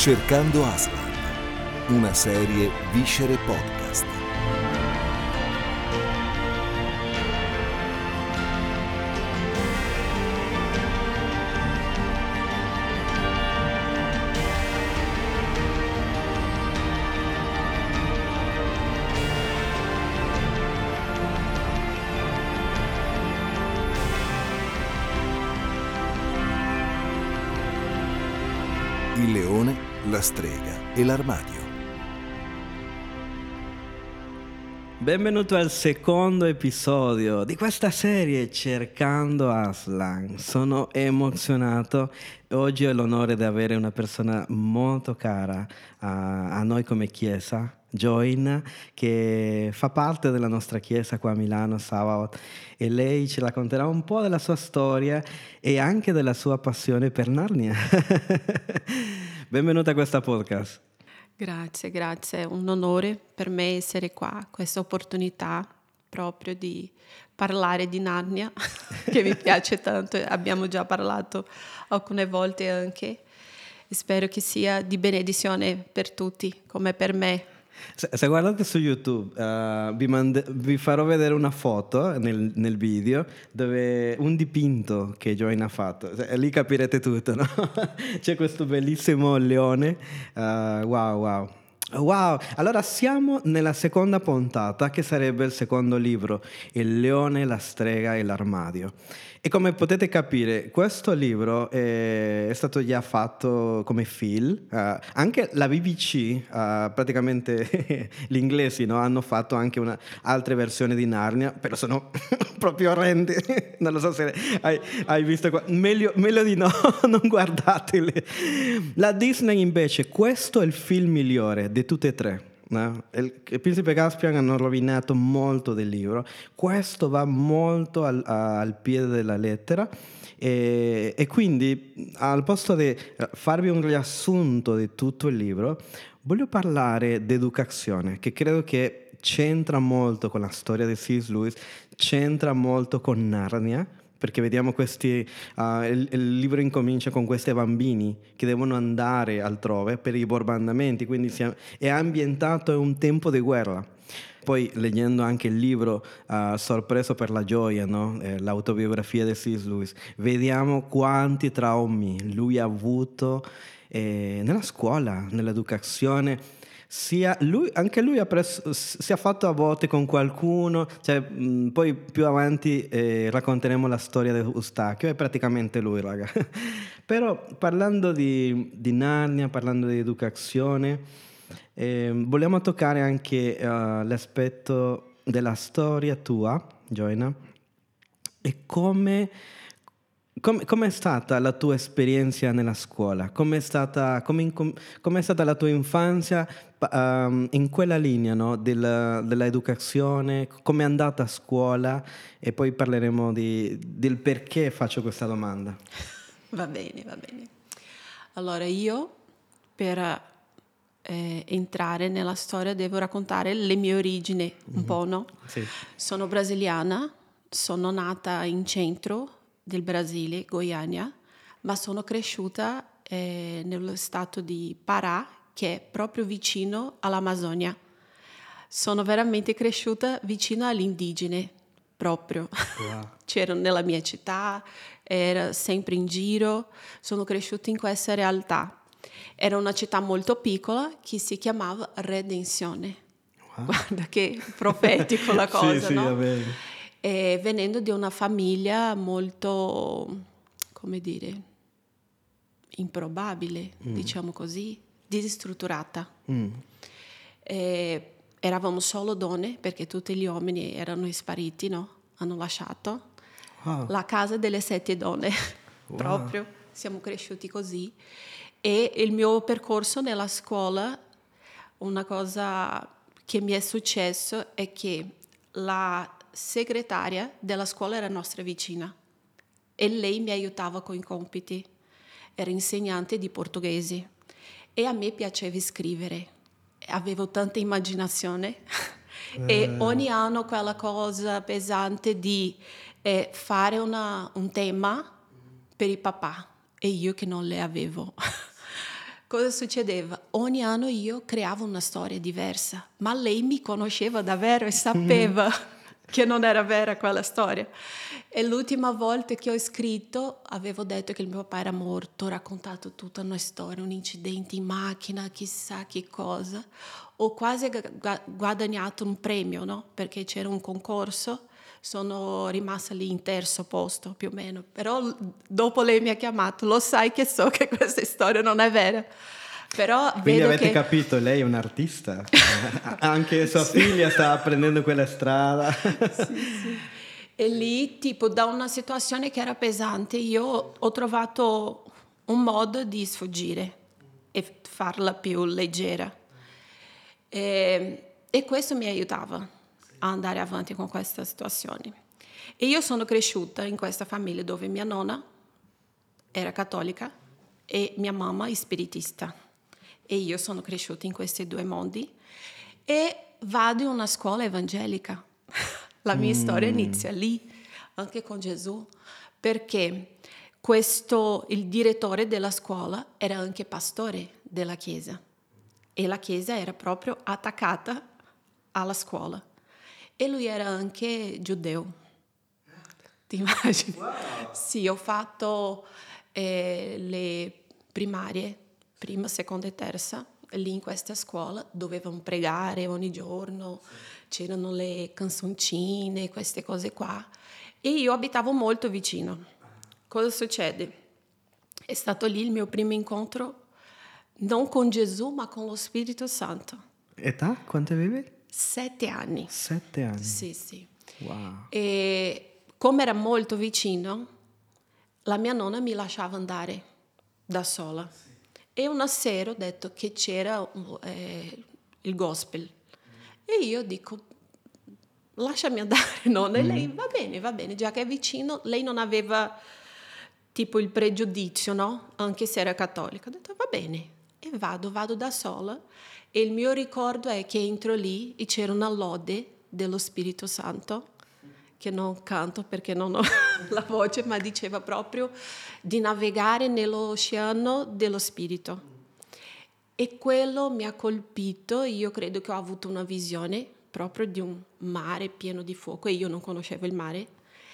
Cercando Aslan, una serie Viscere Podcast. Il leone, la strega e l'armadio. Benvenuto al secondo episodio di questa serie Cercando Aslan. Sono emozionato. Oggi ho l'onore di avere una persona molto cara a noi come chiesa, Join, che fa parte della nostra chiesa qua a Milano, Sabaoth, e lei ci racconterà un po' della sua storia e anche della sua passione per Narnia. Benvenuta a questa podcast. Grazie, è un onore per me essere qua, questa opportunità proprio di parlare di Narnia, che mi piace tanto, abbiamo già parlato alcune volte anche, e spero che sia di benedizione per tutti, come per me. Se guardate su YouTube, vi farò vedere una foto nel video dove un dipinto che Join ha fatto. Lì capirete tutto, no? C'è questo bellissimo leone. Wow. Allora siamo nella seconda puntata, che sarebbe il secondo libro, Il leone, la strega e l'armadio. E come potete capire, questo libro è stato già fatto come film. Anche la BBC, praticamente gli inglesi, no, hanno fatto anche altre versioni di Narnia, però sono proprio orrende. Non lo so se hai visto qua. Meglio di no, non guardatele. La Disney invece, questo è il film migliore di tutte e tre. No? Il Principe Caspian hanno rovinato molto del libro. Questo va molto al piede della lettera e quindi al posto di farvi un riassunto di tutto il libro, voglio parlare di educazione, che credo che c'entra molto con la storia di C.S. Lewis, c'entra molto con Narnia, perché vediamo il libro incomincia con questi bambini che devono andare altrove per i bombardamenti, quindi è ambientato in un tempo di guerra. Poi leggendo anche il libro Sorpreso per la gioia, no? L'autobiografia di C.S. Lewis, vediamo quanti traumi lui ha avuto nella scuola, nell'educazione. Anche lui si è fatto a volte con qualcuno, poi più avanti racconteremo la storia di Eustachio, è praticamente lui, raga. Però parlando di Narnia, parlando di educazione, vogliamo toccare anche l'aspetto della storia tua, Joina, e come è stata la tua esperienza nella scuola? Com'è stata la tua infanzia in quella linea, no? dell'educazione? Come è andata a scuola? E poi parleremo del perché faccio questa domanda. Va bene. Allora io per entrare nella storia devo raccontare le mie origini un po', no? Sì. Sono brasiliana, sono nata in centro del Brasile, Goiânia, ma sono cresciuta nello stato di Pará, che è proprio vicino all'Amazzonia. Sono veramente cresciuta vicino agli indigeni, proprio. Wow. C'erano nella mia città, era sempre in giro, sono cresciuta in questa realtà. Era una città molto piccola che si chiamava Redenzione. Wow. Guarda che profetico la cosa, sì, no? Va bene. E venendo di una famiglia molto, come dire, improbabile, diciamo così, distrutturata. Eravamo solo donne perché tutti gli uomini erano spariti, no? Hanno lasciato. Wow. La casa delle 7 donne, Wow. proprio, siamo cresciuti così. E il mio percorso nella scuola, una cosa che mi è successo è che la segretaria della scuola era nostra vicina e lei mi aiutava con i compiti, era insegnante di portoghese e a me piaceva scrivere, avevo tanta immaginazione e ogni anno quella cosa pesante di fare un tema per il papà e io che non le avevo. Cosa succedeva? Ogni anno io creavo una storia diversa, ma lei mi conosceva davvero e sapeva che non era vera quella storia. E l'ultima volta che ho scritto avevo detto che il mio papà era morto, ho raccontato tutta una storia, un incidente in macchina, chissà che cosa. Ho quasi guadagnato un premio, no? Perché c'era un concorso, sono rimasta lì in terzo posto più o meno, però dopo lei mi ha chiamato, lo sai che so che questa storia non è vera. Però Quindi vedo avete che... capito, lei è un'artista. Anche sua figlia sta prendendo quella strada. Sì. E lì, tipo, da una situazione che era pesante, io ho trovato un modo di sfuggire e farla più leggera. E questo mi aiutava a andare avanti con questa situazione. E io sono cresciuta in questa famiglia dove mia nonna era cattolica e mia mamma è spiritista. E io sono cresciuta in questi due mondi e vado in una scuola evangelica. La mia storia inizia lì, anche con Gesù, perché il direttore della scuola era anche pastore della chiesa e la chiesa era proprio attaccata alla scuola e lui era anche giudeo. Ti immagini? Wow. Sì, ho fatto le primarie, prima, seconda e terza, lì in questa scuola dovevamo pregare ogni giorno, c'erano le canzoncine, queste cose qua, e io abitavo molto vicino. Cosa succede? È stato lì il mio primo incontro, non con Gesù, ma con lo Spirito Santo. Età? Quanto avevi? 7 anni. 7 anni? Sì. Wow. E come era molto vicino, la mia nonna mi lasciava andare da sola. E una sera ho detto che c'era il gospel. E io dico, lasciami andare, nonna. E lei, va bene, già che è vicino. Lei non aveva tipo il pregiudizio, no? Anche se era cattolica. Ho detto, va bene. E vado da sola. E il mio ricordo è che entro lì e c'era una lode dello Spirito Santo, che non canto perché non ho la voce, ma diceva proprio di navigare nell'oceano dello Spirito. E quello mi ha colpito, io credo che ho avuto una visione proprio di un mare pieno di fuoco, e io non conoscevo il mare,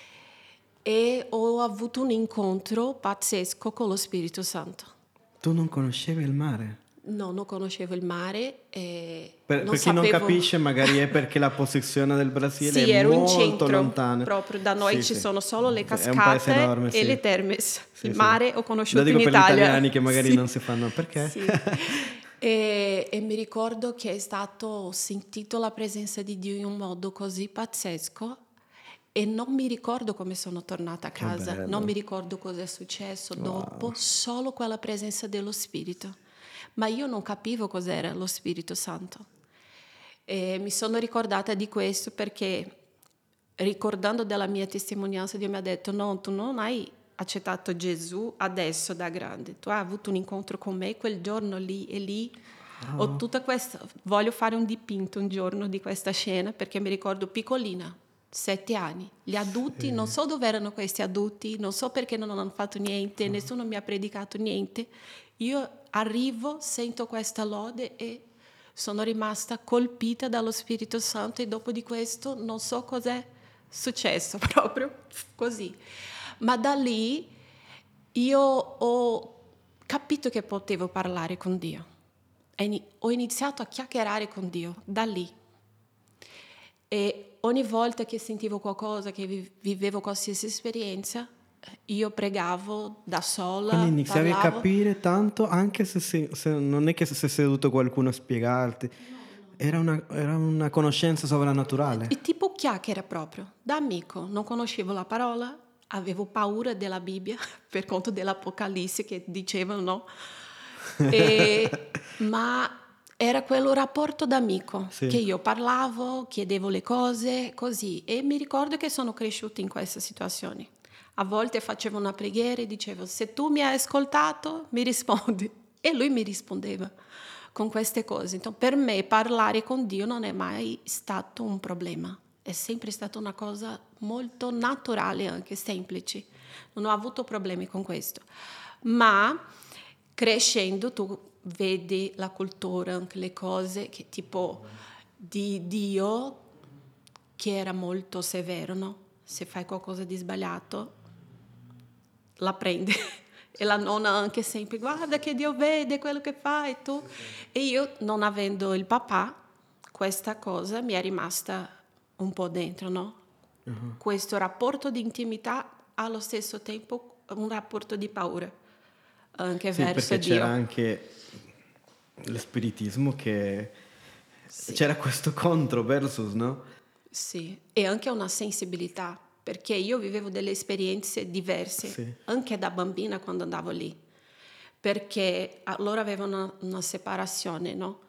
e ho avuto un incontro pazzesco con lo Spirito Santo. Tu non conoscevi il mare? No, non conoscevo il mare. Per chi non capisce, magari è perché la posizione del Brasile sì, è ero in molto centro, lontana. proprio da noi ci sono solo le cascate, è un paese enorme, e le terme. Il mare ho conosciuto Lo dico in per Italia. Gli italiani che magari non si fanno perché. Sì. E mi ricordo che ho sentito la presenza di Dio in un modo così pazzesco, e non mi ricordo come sono tornata a casa, non mi ricordo cosa è successo dopo, solo quella presenza dello Spirito. Ma io non capivo cos'era lo Spirito Santo. E mi sono ricordata di questo perché, ricordando della mia testimonianza, Dio mi ha detto, no, tu non hai accettato Gesù adesso da grande, tu hai avuto un incontro con me quel giorno lì e lì. Ho tutta questa, voglio fare un dipinto un giorno di questa scena, perché mi ricordo piccolina, 7 anni, gli adulti, non so dove erano questi adulti, non so perché non hanno fatto niente, nessuno mi ha predicato niente. Io arrivo, sento questa lode e sono rimasta colpita dallo Spirito Santo, e dopo di questo non so cos'è successo, proprio così. Ma da lì io ho capito che potevo parlare con Dio. Ho iniziato a chiacchierare con Dio da lì. E ogni volta che sentivo qualcosa, che vivevo qualsiasi esperienza, io pregavo da sola. Quindi iniziavi parlavo. a capire tanto, anche se non è che se sei seduto qualcuno a spiegarti. Era una conoscenza sovrannaturale. E tipo chiacchiera proprio, da amico. Non conoscevo la parola, avevo paura della Bibbia per conto dell'Apocalisse che dicevano, no? Ma era quello rapporto d'amico, che io parlavo, chiedevo le cose, così. E mi ricordo che sono cresciuta in questa situazione. A volte facevo una preghiera e dicevo, se tu mi hai ascoltato, mi rispondi. E lui mi rispondeva con queste cose. Então, per me parlare con Dio non è mai stato un problema. È sempre stata una cosa molto naturale, anche semplice. Non ho avuto problemi con questo. Ma crescendo, tu vedi la cultura, anche le cose che tipo di Dio che era molto severo, no? Se fai qualcosa di sbagliato la prende e la nonna anche sempre guarda che Dio vede quello che fai tu. E io, non avendo il papà, questa cosa mi è rimasta un po' dentro, no? Questo rapporto di intimità, allo stesso tempo un rapporto di paura anche Sì, verso perché Dio. c'era anche lo spiritismo che Sì. c'era questo contro versus, no? Sì, e anche una sensibilità, perché io vivevo delle esperienze diverse, Sì. anche da bambina quando andavo lì, perché loro avevano una separazione, no?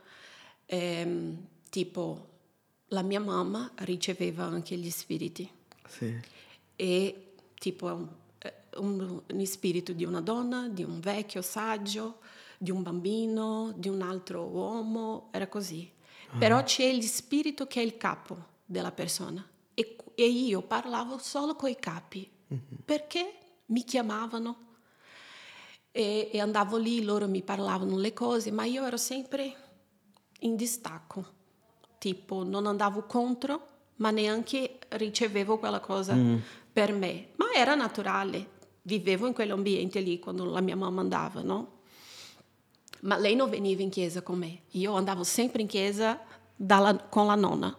Tipo, la mia mamma riceveva anche gli spiriti Sì. e tipo un spirito di una donna, di un vecchio saggio, di un bambino, di un altro uomo, era così. Però c'è il spirito che è il capo della persona e io parlavo solo coi capi perché mi chiamavano e andavo lì, loro mi parlavano le cose, ma io ero sempre in distacco, tipo non andavo contro, ma neanche ricevevo quella cosa per me, ma era naturale, vivevo in quell'ambiente lì quando la mia mamma andava, no? Ma lei non veniva in chiesa con me, io andavo sempre in chiesa con la nonna.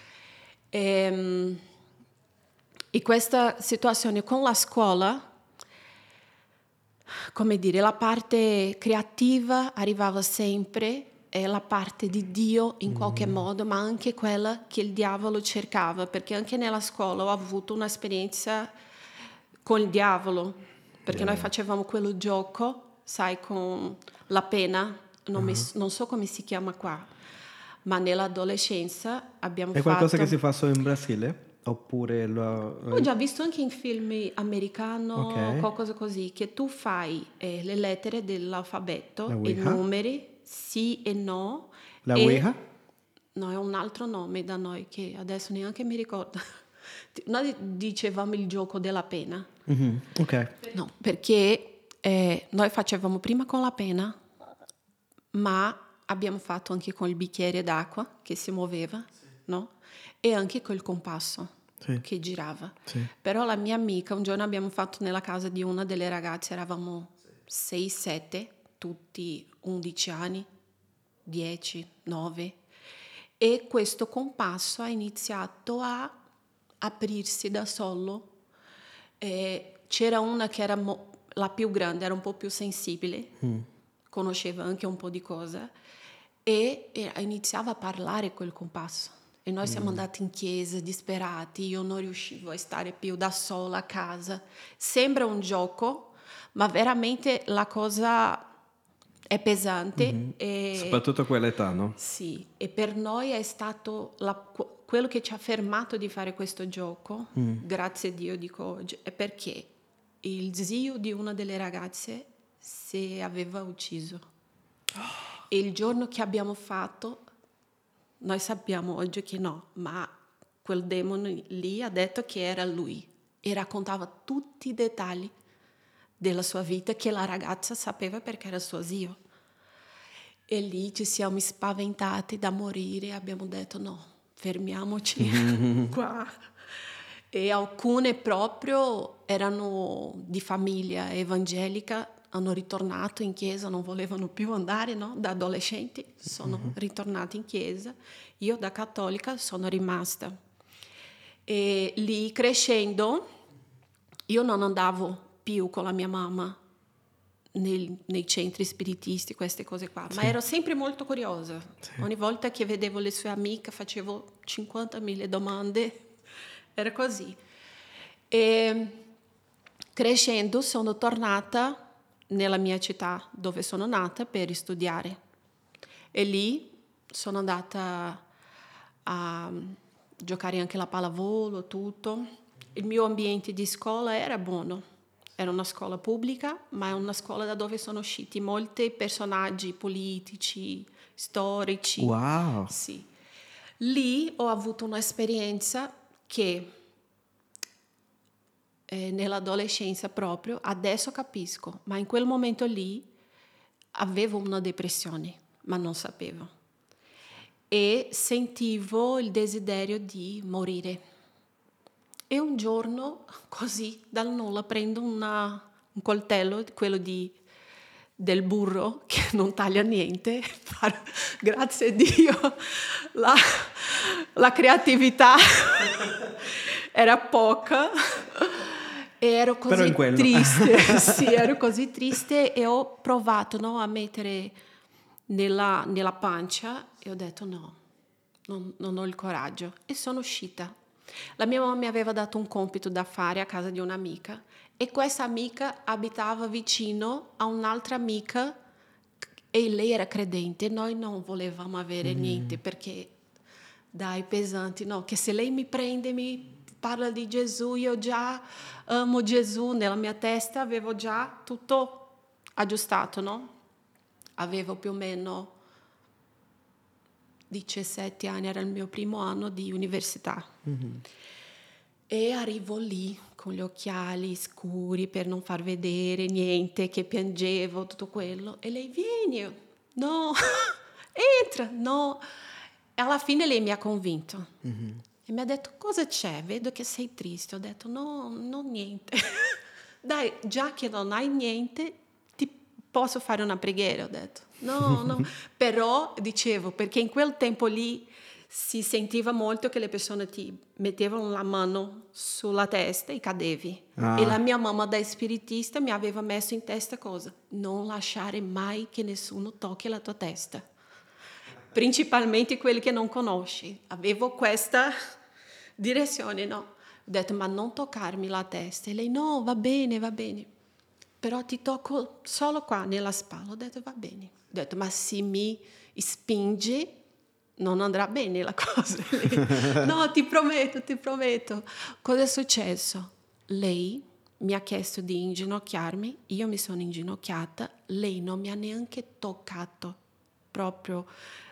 E questa situazione con la scuola, come dire, la parte creativa arrivava sempre, e la parte di Dio in qualche modo, ma anche quella che il diavolo cercava, perché anche nella scuola ho avuto un'esperienza con il diavolo, perché noi facevamo quello gioco, sai, con la penna, non so come si chiama qua, ma nell'adolescenza abbiamo È qualcosa che si fatto... fa solo in Brasile? Oppure Ho già visto anche in film americano, Ok. qualcosa così, che tu fai le lettere dell'alfabeto La e Ouija? numeri, sì e no, La e Ouija? no, è un altro nome da noi che adesso neanche mi ricordo. Noi dicevamo il gioco della pena. Ok. No, perché noi facevamo prima con la penna, ma abbiamo fatto anche con il bicchiere d'acqua che si muoveva, no? E anche col compasso Sì. che girava. Sì. Però la mia amica, un giorno abbiamo fatto nella casa di una delle ragazze, eravamo 6-7, tutti 11 anni, 10, 9, e questo compasso ha iniziato a aprirsi da solo. C'era una che era la più grande, era un po' più sensibile, conosceva anche un po' di cose e iniziava a parlare col compasso. E noi siamo andati in chiesa disperati, io non riuscivo a stare più da sola a casa. Sembra un gioco, ma veramente la cosa è pesante. Soprattutto a quell'età, no? Sì, e per noi è stato quello che ci ha fermato di fare questo gioco, grazie a Dio dico oggi, è perché il zio di una delle ragazze si aveva ucciso. E il giorno che abbiamo fatto, noi sappiamo oggi che no, ma quel demone lì ha detto che era lui e raccontava tutti i dettagli della sua vita che la ragazza sapeva perché era suo zio. E lì ci siamo spaventati da morire, abbiamo detto no, fermiamoci qua. E alcune proprio erano di famiglia evangelica, hanno ritornato in chiesa, non volevano più andare, no? Da adolescenti sono ritornati in chiesa. Io da cattolica sono rimasta. E lì crescendo io non andavo più con la mia mamma nei centri spiritisti, queste cose qua, ma ero sempre molto curiosa. Ogni volta che vedevo le sue amiche facevo 50.000 domande, era così. E crescendo sono tornata nella mia città dove sono nata per studiare e lì sono andata a giocare anche la pallavolo, tutto. Il mio ambiente di scuola era buono. Era una scuola pubblica, ma è una scuola da dove sono usciti molti personaggi politici, storici. Wow. Sì. Lì ho avuto un'esperienza che nell'adolescenza proprio, adesso capisco, ma in quel momento lì avevo una depressione, ma non sapevo. E sentivo il desiderio di morire. E un giorno, così, dal nulla, prendo un coltello, quello del burro, che non taglia niente. Grazie a Dio, la creatività era poca. E ero così triste, sì, ero così triste e ho provato, no, a mettere nella pancia e ho detto no, non ho il coraggio e sono uscita. La mia mamma mi aveva dato un compito da fare a casa di un'amica e questa amica abitava vicino a un'altra amica e lei era credente. Noi non volevamo avere niente perché, dai, pesanti, no, che se lei mi prende, mi parla di Gesù, io già amo Gesù, nella mia testa avevo già tutto aggiustato, no? Avevo più o meno 17 anni, era il mio primo anno di università. E arrivo lì con gli occhiali scuri per non far vedere niente, che piangevo, tutto quello. E lei, vieni, no, entra, no. E alla fine lei mi ha convinto. E mi ha detto, cosa c'è? Vedo che sei triste. Ho detto, no, non niente. Dai, già che non hai niente, ti posso fare una preghiera, ho detto. No. Però, dicevo, perché in quel tempo lì si sentiva molto che le persone ti mettevano la mano sulla testa e cadevi. E la mia mamma da spiritista mi aveva messo in testa cosa? Non lasciare mai che nessuno tocchi la tua testa. Principalmente quelli che non conosci. Avevo questa direzione, no? Ho detto, ma non toccarmi la testa. E lei, no, va bene. Però ti tocco solo qua, nella spalla. Ho detto, va bene. Ho detto, ma se mi spingi, non andrà bene la cosa. No, ti prometto. Cosa è successo? Lei mi ha chiesto di inginocchiarmi, io mi sono inginocchiata, lei non mi ha neanche toccato, proprio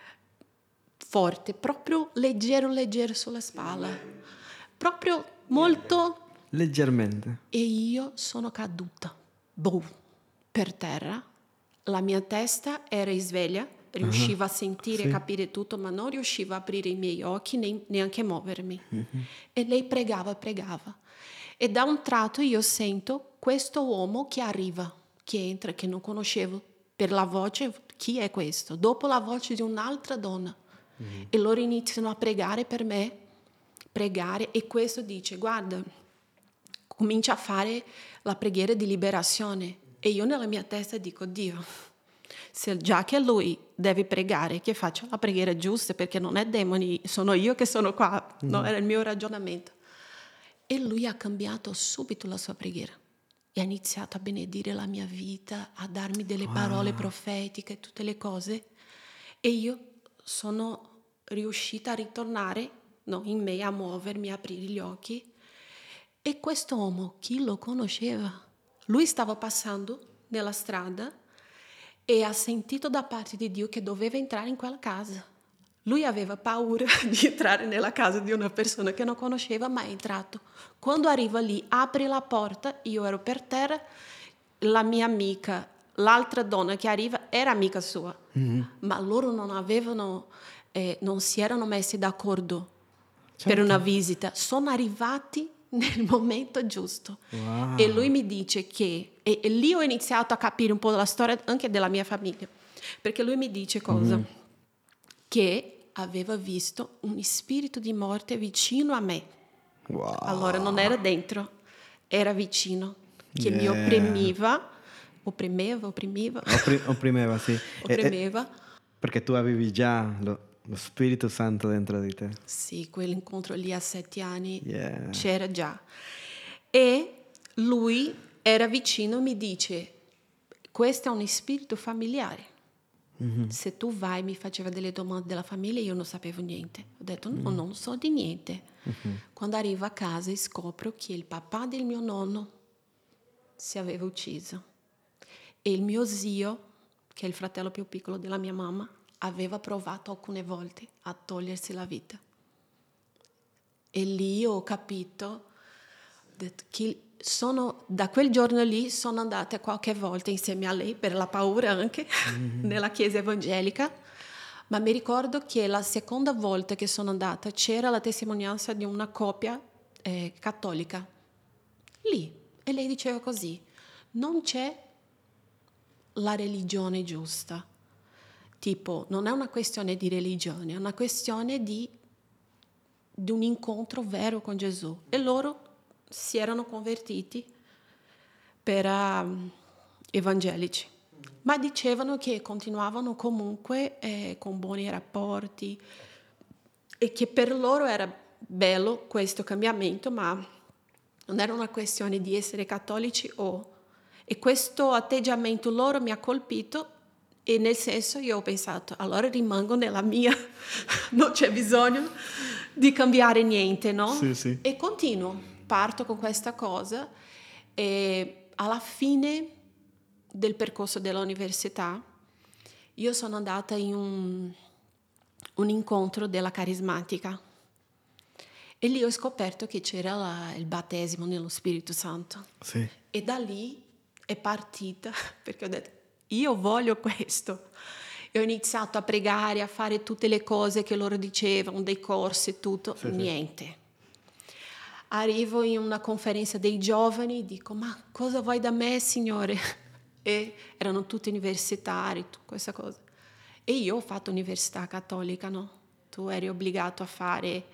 forte, proprio leggero sulla spalla, proprio molto leggermente. e io sono caduta, per terra. La mia testa era in sveglia, riusciva a sentire e capire tutto, ma non riusciva a aprire i miei occhi neanche muovermi. E lei pregava. E da un tratto io sento questo uomo che arriva, che entra, che non conoscevo. Per la voce, chi è questo? Dopo la voce di un'altra donna. E loro iniziano a pregare per me, e questo dice, guarda, comincia a fare la preghiera di liberazione. E io nella mia testa dico, Dio, se già che lui deve pregare, che faccio la preghiera giusta, perché non è demoni, sono io che sono qua, no? Era il mio ragionamento. E lui ha cambiato subito la sua preghiera e ha iniziato a benedire la mia vita, a darmi delle parole profetiche, tutte le cose. E io sono riuscita a ritornare, no, in me, a muovermi, a aprire gli occhi. E questo uomo, chi lo conosceva? Lui stava passando nella strada e ha sentito da parte di Dio che doveva entrare in quella casa. Lui aveva paura di entrare nella casa di una persona che non conosceva, ma è entrato. Quando arriva lì, apre la porta, io ero per terra, la mia amica, l'altra donna che arriva, era amica sua, ma loro non si erano messi d'accordo per una visita. Sono arrivati nel momento giusto. E lui mi dice che, e lì ho iniziato a capire un po' la storia anche della mia famiglia, perché lui mi dice cosa? Che aveva visto un spirito di morte vicino a me. Allora non era dentro, era vicino, che mi opprimeva, sì. opprimeva. Perché tu avevi già lo Spirito Santo dentro di te. Sì, quell'incontro lì a 7 anni Yeah. c'era già. E lui era vicino, mi dice, questo è un spirito familiare. Se tu vai, mi faceva delle domande della famiglia, io non sapevo niente. Ho detto, no, non so di niente. Quando arrivo a casa e scopro che il papà del mio nonno si aveva ucciso. E il mio zio, che è il fratello più piccolo della mia mamma, aveva provato alcune volte a togliersi la vita. E lì ho capito che da quel giorno lì sono andata qualche volta insieme a lei, per la paura anche, nella chiesa evangelica, ma mi ricordo che la seconda volta che sono andata c'era la testimonianza di una coppia cattolica lì, e lei diceva così: non c'è la religione giusta, tipo non è una questione di religione, è una questione di un incontro vero con Gesù. E loro si erano convertiti per evangelici, ma dicevano che continuavano comunque con buoni rapporti e che per loro era bello questo cambiamento, ma non era una questione di essere cattolici e questo atteggiamento loro mi ha colpito, e nel senso io ho pensato, allora rimango nella mia, non c'è bisogno di cambiare niente, no? Sì. E continuo, parto con questa cosa, e alla fine del percorso dell'università io sono andata in un incontro della carismatica, e lì ho scoperto che c'era il battesimo nello Spirito Santo. Sì. E da lì è partita, perché ho detto, io voglio questo. E ho iniziato a pregare, a fare tutte le cose che loro dicevano, dei corsi e tutto, niente. Arrivo in una conferenza dei giovani, dico, ma cosa vuoi da me, Signore? E erano tutti universitari, questa cosa. E io ho fatto università cattolica, no? Tu eri obbligato a fare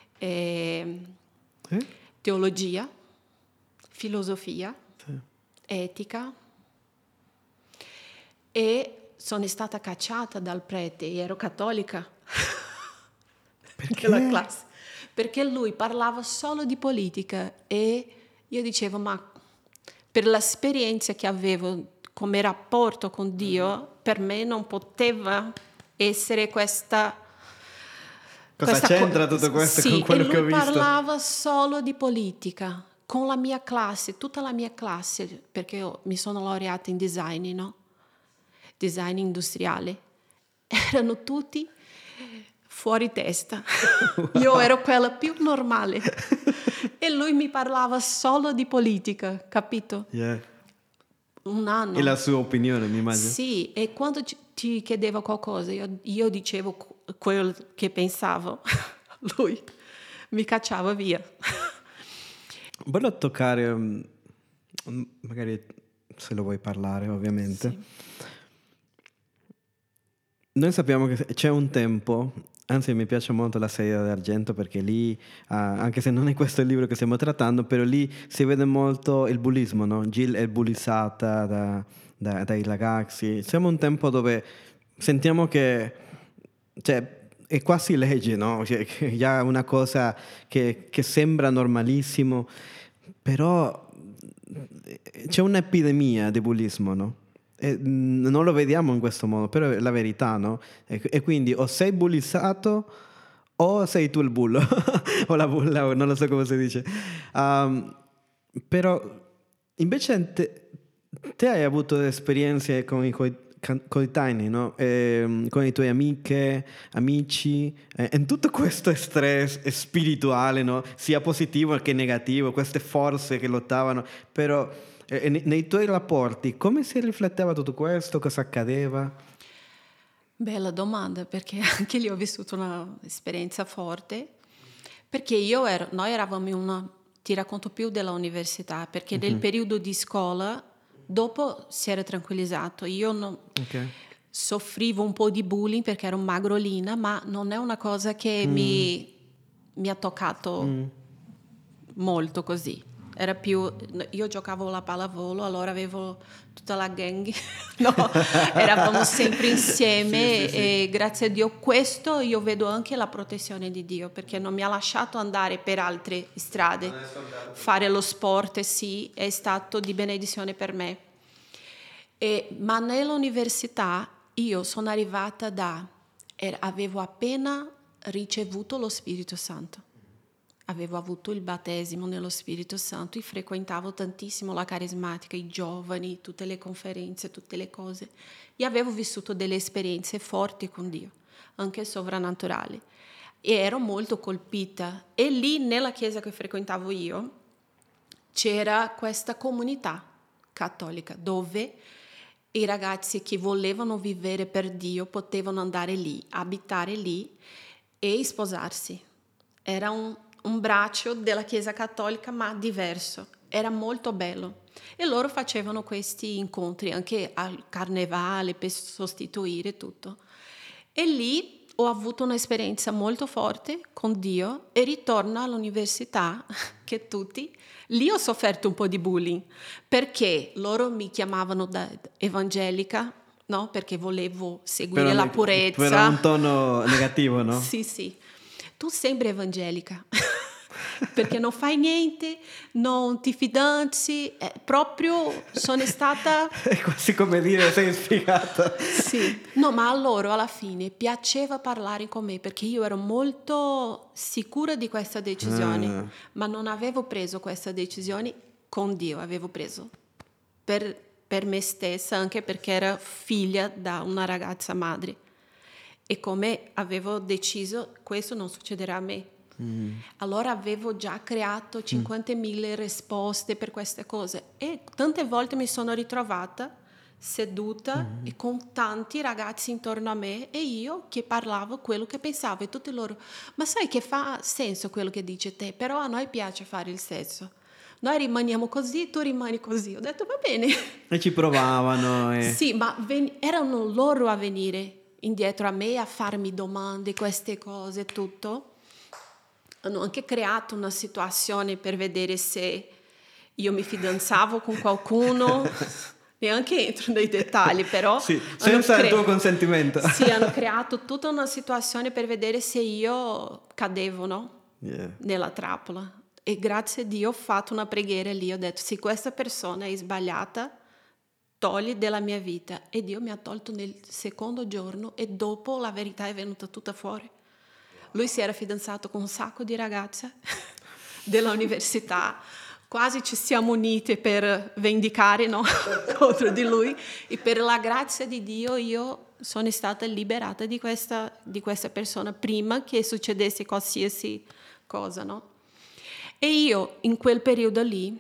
teologia, filosofia, etica, e sono stata cacciata dal prete, ero cattolica. Perché? Nella classe. Perché lui parlava solo di politica, e io dicevo, ma per l'esperienza che avevo come rapporto con Dio, per me non poteva essere questa... Cosa c'entra tutto questo con quello che ho visto? Lui parlava solo di politica, con la mia classe, tutta la mia classe, perché io mi sono laureata in design, no? Design industriale. Erano tutti fuori testa. Io ero quella più normale. E lui mi parlava solo di politica, capito? Yeah. Un anno. E la sua opinione, mi immagino. Sì, e quando ti chiedeva qualcosa, io dicevo quello che pensavo, lui mi cacciava via. Voglio toccare, magari se lo vuoi parlare, ovviamente. Sì. Noi sappiamo che c'è un tempo, anzi mi piace molto la serie d'Argento, perché lì, anche se non è questo il libro che stiamo trattando, però lì si vede molto il bullismo, no? Jill è bullizzata dai ragazzi. Siamo un tempo dove sentiamo che, cioè, è quasi legge, no? Cioè, che già una cosa che sembra normalissimo, però c'è un'epidemia di bullismo, no? E non lo vediamo in questo modo, però è la verità, no? E quindi o sei bullizzato o sei tu il bullo o la bulla, non lo so come si dice. Però invece te hai avuto esperienze con i coetanei, no? Con i tuoi amici, in tutto questo stress spirituale, no? Sia positivo che negativo, queste forze che lottavano, però nei tuoi rapporti come si rifletteva tutto questo? Cosa accadeva? Bella domanda, perché anche lì ho vissuto un'esperienza forte, perché noi eravamo ti racconto più dell'università, perché nel periodo di scuola dopo si era tranquillizzato. Io soffrivo un po' di bullying perché ero magrolina, ma non è una cosa che mi ha toccato molto così. Era più, io giocavo la pallavolo, allora avevo tutta la gang, no, eravamo sempre insieme. Sì. E grazie a Dio questo io vedo anche la protezione di Dio, perché non mi ha lasciato andare per altre strade. Fare lo sport, sì, è stato di benedizione per me. Ma nell'università io sono arrivata avevo appena ricevuto lo Spirito Santo. Avevo avuto il battesimo nello Spirito Santo e frequentavo tantissimo la carismatica, i giovani, tutte le conferenze, tutte le cose. E avevo vissuto delle esperienze forti con Dio, anche sovrannaturali. E ero molto colpita. E lì, nella chiesa che frequentavo io, c'era questa comunità cattolica dove i ragazzi che volevano vivere per Dio potevano andare lì, abitare lì e sposarsi. Era un braccio della Chiesa cattolica, ma diverso. Era molto bello. E loro facevano questi incontri anche al carnevale per sostituire tutto. E lì ho avuto un'esperienza molto forte con Dio e ritorno all'università, che tutti... Lì ho sofferto un po' di bullying, perché loro mi chiamavano da evangelica, no? Perché volevo seguire la purezza. Però un tono negativo, no? Sì, sì. Tu sembri evangelica, perché non fai niente, non ti fidanzi, proprio sono stata... È quasi come dire sei sfigata. Sì, no, ma a loro alla fine piaceva parlare con me perché io ero molto sicura di questa decisione, ma non avevo preso questa decisione con Dio, avevo preso per me stessa, anche perché ero figlia da una ragazza madre e come avevo deciso questo non succederà a me. Allora avevo già creato 50.000 risposte per queste cose e tante volte mi sono ritrovata seduta e con tanti ragazzi intorno a me e io che parlavo quello che pensavo e tutti loro, ma sai che fa senso quello che dice te, però a noi piace fare il sesso, noi rimaniamo così, tu rimani così. Ho detto va bene. E ci provavano. Sì, ma erano loro a venire indietro a me a farmi domande, queste cose, tutto. Hanno anche creato una situazione per vedere se io mi fidanzavo con qualcuno, neanche entro nei dettagli, però... Sì, senza il tuo consentimento. Sì, hanno creato tutta una situazione per vedere se io cadevo, no? Yeah. Nella trappola. E grazie a Dio ho fatto una preghiera lì, ho detto, se questa persona è sbagliata, togli della mia vita. E Dio mi ha tolto nel secondo giorno e dopo la verità è venuta tutta fuori. Lui si era fidanzato con un sacco di ragazze dell'università, quasi ci siamo unite per vendicare, no? Contro di lui, e per la grazia di Dio io sono stata liberata di questa persona prima che succedesse qualsiasi cosa, no? E io in quel periodo lì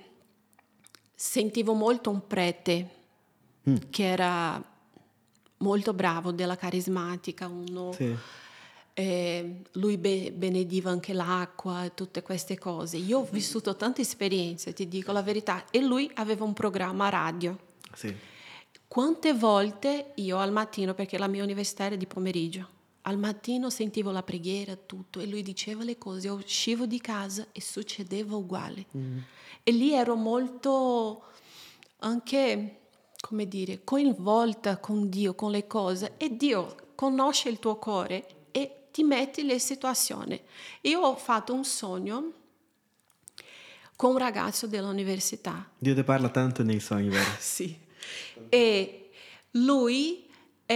sentivo molto un prete che era molto bravo, della carismatica, uno... Sì. Lui benediva anche l'acqua e tutte queste cose. Io ho vissuto tante esperienze, ti dico la verità, e lui aveva un programma radio. Sì. Quante volte io al mattino, perché la mia università era di pomeriggio, al mattino sentivo la preghiera, tutto, e lui diceva le cose, io uscivo di casa e succedeva uguale. E lì ero molto anche, come dire, coinvolta con Dio, con le cose, e Dio conosce il tuo cuore e ti metti le situazioni. Io ho fatto un sogno con un ragazzo dell'università. Dio ti parla tanto nei sogni, vero? Sì. E lui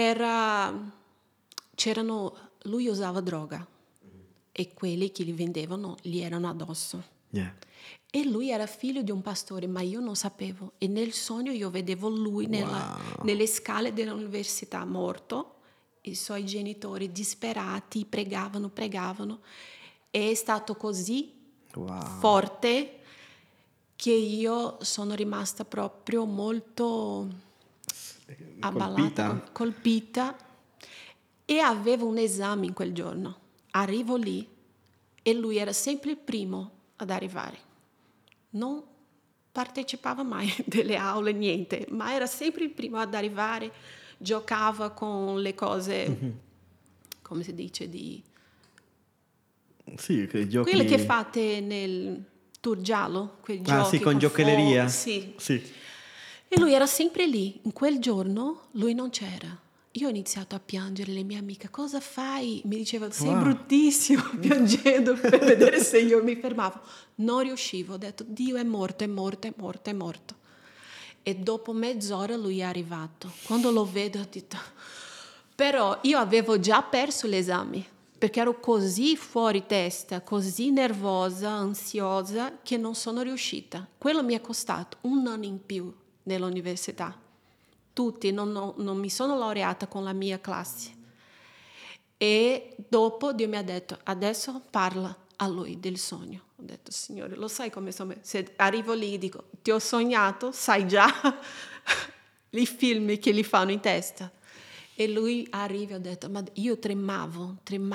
lui usava droga e quelli che li vendevano gli erano addosso. Yeah. E lui era figlio di un pastore, ma io non sapevo. E nel sogno io vedevo lui nelle scale dell'università morto. I suoi genitori disperati pregavano. È stato così forte che io sono rimasta proprio molto abballata, colpita, e avevo un esame in quel giorno. Arrivo lì e lui era sempre il primo ad arrivare. Non partecipava mai delle aule, niente, ma era sempre il primo ad arrivare. Giocava con le cose, come si dice, sì, che giochi... quelle che fate nel tour giallo, quei giochi sì, con giocheria. Sì. Sì. E lui era sempre lì. In quel giorno lui non c'era. Io ho iniziato a piangere, le mie amiche, cosa fai? Mi dicevano, sei bruttissimo, piangendo per vedere se io mi fermavo. Non riuscivo, ho detto, Dio è morto. E dopo mezz'ora lui è arrivato. Quando lo vedo ho detto... Però io avevo già perso l'esame, perché ero così fuori testa, così nervosa, ansiosa, che non sono riuscita. Quello mi è costato 1 anno in più nell'università. Tutti, non mi sono laureata con la mia classe. E dopo Dio mi ha detto, adesso parla a lui del sogno. Ho detto, Signore, lo sai come sono? Se arrivo lì e dico, ti ho sognato, sai già i film che gli fanno in testa. E lui arriva e ho detto, ma io tremavo.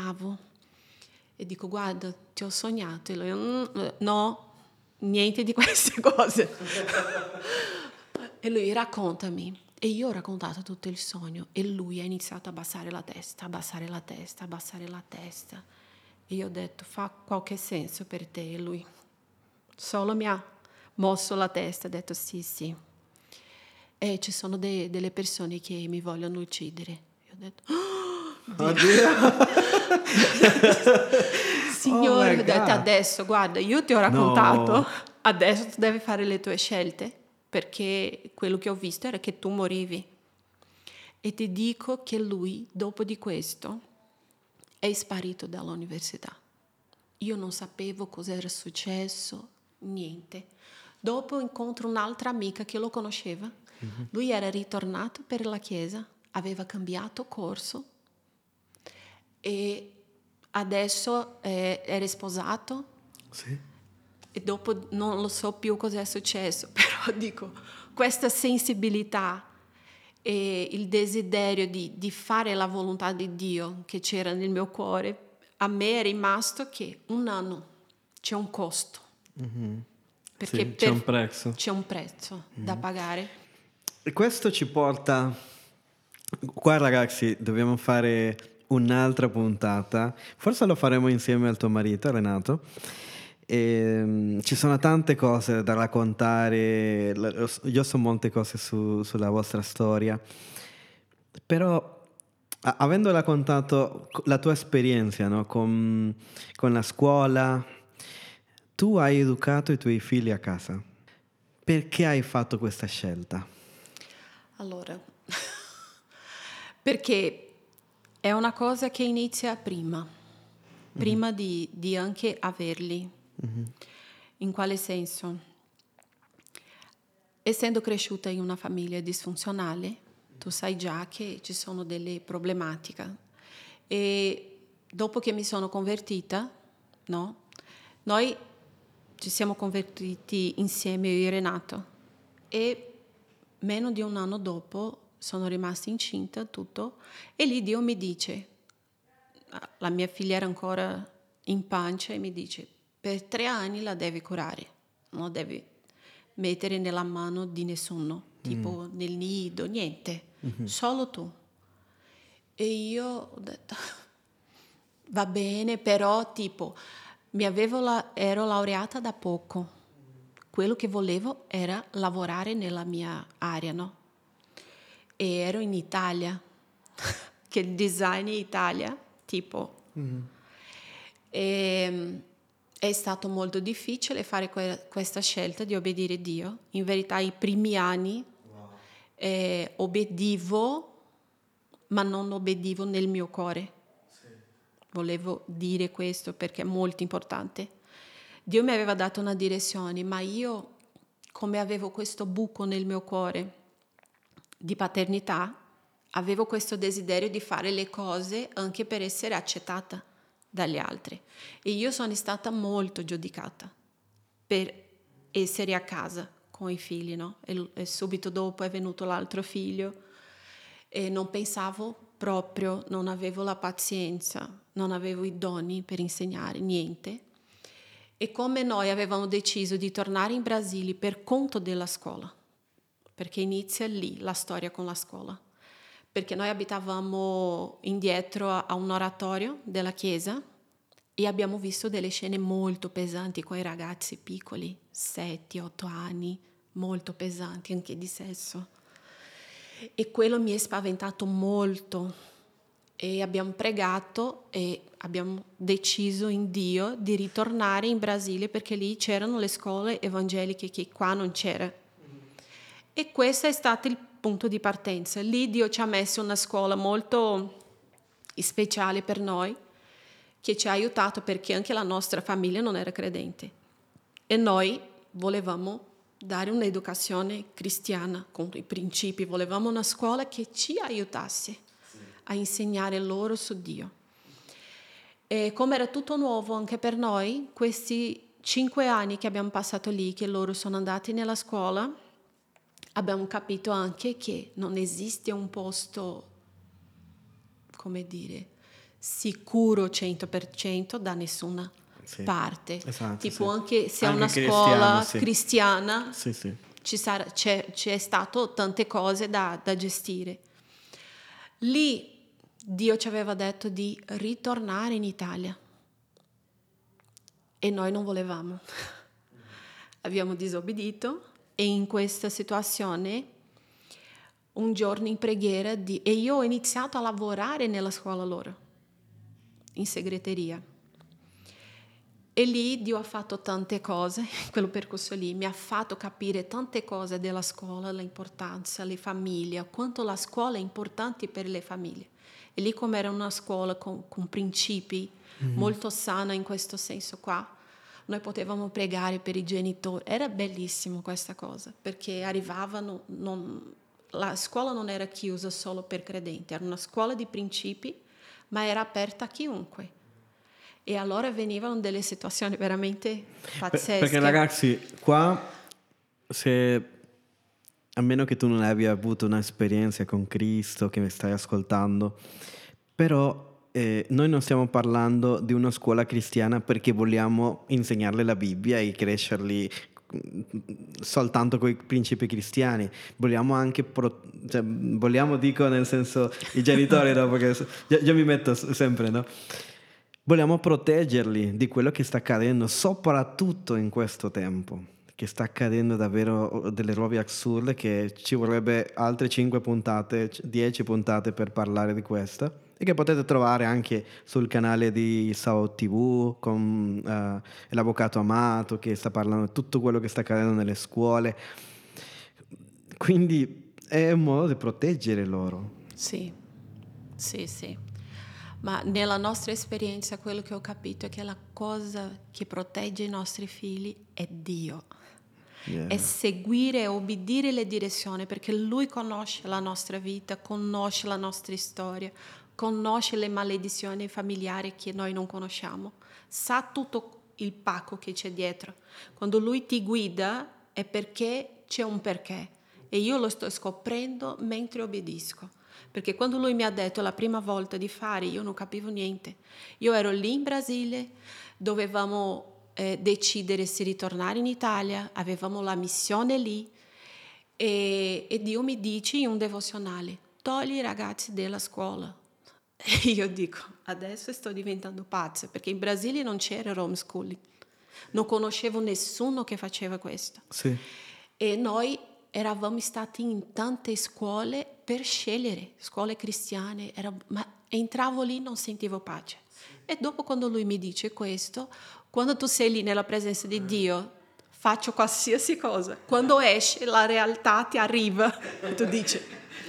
E dico, guarda, ti ho sognato. E lui, no, niente di queste cose. E lui, raccontami. E io ho raccontato tutto il sogno e lui ha iniziato a abbassare la testa. E io ho detto, fa qualche senso per te? E lui solo mi ha mosso la testa, ha detto sì. E ci sono delle persone che mi vogliono uccidere. E ho detto, Oddio. Signore, Oh ho detto, adesso, guarda, io ti ho raccontato, No. adesso tu devi fare le tue scelte, perché quello che ho visto era che tu morivi. E ti dico che lui, dopo di questo, è sparito dall'università. Io non sapevo cosa era successo, niente. Dopo incontro un'altra amica che lo conosceva. Lui era ritornato per la chiesa, aveva cambiato corso e adesso era sposato. Sì. E dopo non lo so più cosa è successo, però dico, questa sensibilità e il desiderio di fare la volontà di Dio che c'era nel mio cuore, a me è rimasto che un anno c'è un costo. Perché Sì, c'è un prezzo. C'è un prezzo da pagare. E questo ci porta... Qua ragazzi, dobbiamo fare un'altra puntata. Forse lo faremo insieme al tuo marito, Renato. Ci sono tante cose da raccontare. Io so molte cose sulla vostra storia. Però, avendo raccontato la tua esperienza, no, con la scuola, tu hai educato i tuoi figli a casa. Perché hai fatto questa scelta? Allora, perché è una cosa che inizia prima di anche averli. In quale senso? Essendo cresciuta in una famiglia disfunzionale, tu sai già che ci sono delle problematiche. E dopo che mi sono convertita, no? Noi ci siamo convertiti insieme, io e Renato, e meno di un anno dopo sono rimasta incinta, tutto, e lì Dio mi dice, la mia figlia era ancora in pancia, e mi dice, per 3 anni la devi curare, non devi mettere nella mano di nessuno, tipo nel nido, niente, solo tu. E io ho detto, va bene, però tipo, ero laureata da poco. Quello che volevo era lavorare nella mia area, no? E ero in Italia, che il design in Italia, tipo. E è stato molto difficile fare questa scelta di obbedire a Dio. In verità i primi anni obbedivo, ma non obbedivo nel mio cuore. Volevo dire questo perché è molto importante. Dio mi aveva dato una direzione, ma io, come avevo questo buco nel mio cuore di paternità, avevo questo desiderio di fare le cose anche per essere accettata dagli altri. E io sono stata molto giudicata per essere a casa con i figli, no? E subito dopo è venuto l'altro figlio e non pensavo proprio, non avevo la pazienza, non avevo i doni per insegnare, niente. E come noi avevamo deciso di tornare in Brasile per conto della scuola, perché inizia lì la storia con la scuola, perché noi abitavamo indietro a un oratorio della chiesa e abbiamo visto delle scene molto pesanti con i ragazzi piccoli, 7-8 anni, molto pesanti anche di sesso. E quello mi è spaventato molto e abbiamo pregato e abbiamo deciso in Dio di ritornare in Brasile perché lì c'erano le scuole evangeliche che qua non c'era. E questo è stato il punto di partenza. Lì Dio ci ha messo una scuola molto speciale per noi che ci ha aiutato perché anche la nostra famiglia non era credente e noi volevamo dare un'educazione cristiana con i principi, volevamo una scuola che ci aiutasse a insegnare loro su Dio. E come era tutto nuovo anche per noi, questi 5 anni che abbiamo passato lì, che loro sono andati nella scuola, abbiamo capito anche che non esiste un posto, come dire, sicuro 100% da nessuna Sì, parte. esatto, Tipo sì. anche se è Anche una cristiano, scuola sì. cristiana, Sì, sì. c'è stato tante cose da gestire. Lì Dio ci aveva detto di ritornare in Italia e noi non volevamo. Abbiamo disobbedito e in questa situazione un giorno in preghiera e io ho iniziato a lavorare nella scuola loro, in segreteria. E lì Dio ha fatto tante cose, in quel percorso lì, mi ha fatto capire tante cose della scuola, l'importanza, le famiglie, quanto la scuola è importante per le famiglie. E lì come era una scuola con principi, molto sana in questo senso qua, noi potevamo pregare per i genitori. Era bellissimo questa cosa, perché arrivavano, la scuola non era chiusa solo per credenti, era una scuola di principi, ma era aperta a chiunque. E allora venivano delle situazioni veramente pazzesche. Perché ragazzi, qua, a meno che tu non abbia avuto un'esperienza con Cristo, che mi stai ascoltando, però noi non stiamo parlando di una scuola cristiana perché vogliamo insegnarle la Bibbia e crescerli soltanto con i principi cristiani. Vogliamo anche, vogliamo dico nel senso i genitori, no? Perché io mi metto sempre, no? Vogliamo proteggerli di quello che sta accadendo, soprattutto in questo tempo, che sta accadendo davvero delle robe assurde, che ci vorrebbe altre 5 puntate, 10 puntate per parlare di questa, e che potete trovare anche sul canale di Sao TV con l'avvocato Amato che sta parlando di tutto quello che sta accadendo nelle scuole. Quindi è un modo di proteggere loro. Sì, sì, sì. Ma nella nostra esperienza quello che ho capito è che la cosa che protegge i nostri figli è Dio. Yeah. È seguire e obbedire le direzioni, perché Lui conosce la nostra vita, conosce la nostra storia, conosce le maledizioni familiari che noi non conosciamo, sa tutto il pacco che c'è dietro. Quando Lui ti guida è perché c'è un perché e io lo sto scoprendo mentre obbedisco. Perché quando lui mi ha detto la prima volta di fare, io non capivo niente. Io ero lì in Brasile, dovevamo decidere se ritornare in Italia, avevamo la missione lì e Dio mi dice in un devozionale, togli i ragazzi della scuola. E io dico, adesso sto diventando pazza, perché in Brasile non c'era homeschooling, non conoscevo nessuno che faceva questo. Sì. E noi eravamo stati in tante scuole per scegliere, scuole cristiane, ma entravo lì e non sentivo pace. E dopo quando lui mi dice questo, quando tu sei lì nella presenza di Dio, faccio qualsiasi cosa. Quando esce la realtà ti arriva e tu dici...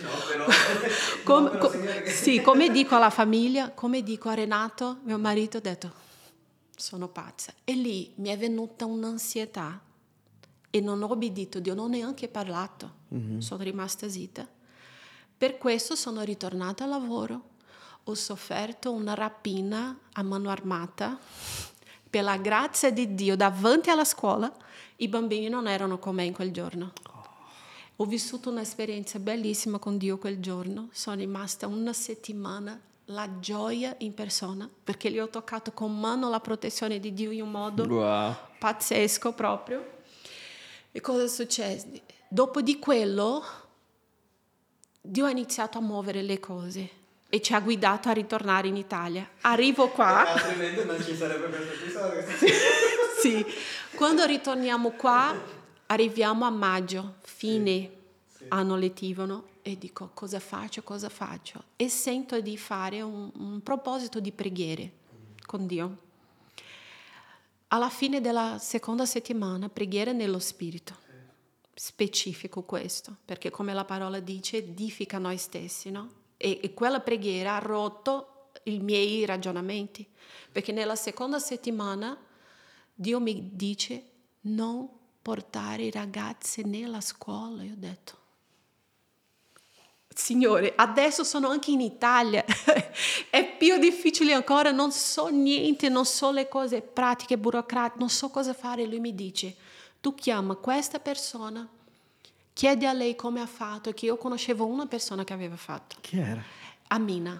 come dico alla famiglia, come dico a Renato, mio marito, ho detto, sono pazza. E lì mi è venuta un'ansietà e non ho obbedito, Dio non ho neanche parlato, sono rimasta zitta. Per questo sono ritornata al lavoro, ho sofferto una rapina a mano armata, per la grazia di Dio, davanti alla scuola, i bambini non erano con me in quel giorno. Ho vissuto un'esperienza bellissima con Dio quel giorno, sono rimasta una settimana, la gioia in persona, perché gli ho toccato con mano la protezione di Dio in un modo pazzesco proprio. E cosa è successo? Dopo di quello, Dio ha iniziato a muovere le cose e ci ha guidato a ritornare in Italia. Arrivo qua. Altrimenti non ci sarebbe questo episodio. Sì, quando ritorniamo qua, arriviamo a maggio, fine anno lettivo, no? E dico, cosa faccio? E sento di fare un proposito di preghiere con Dio. Alla fine della seconda settimana, preghiera nello Spirito. Specifico questo, perché come la parola dice, edifica noi stessi, no? E quella preghiera ha rotto i miei ragionamenti, perché nella seconda settimana Dio mi dice non portare i ragazzi nella scuola. Io ho detto, Signore, adesso sono anche in Italia, è più difficile ancora, non so niente, non so le cose pratiche, burocratiche, non so cosa fare. Lui mi dice, tu chiama questa persona, chiedi a lei come ha fatto, che io conoscevo una persona che aveva fatto. Chi era? Amina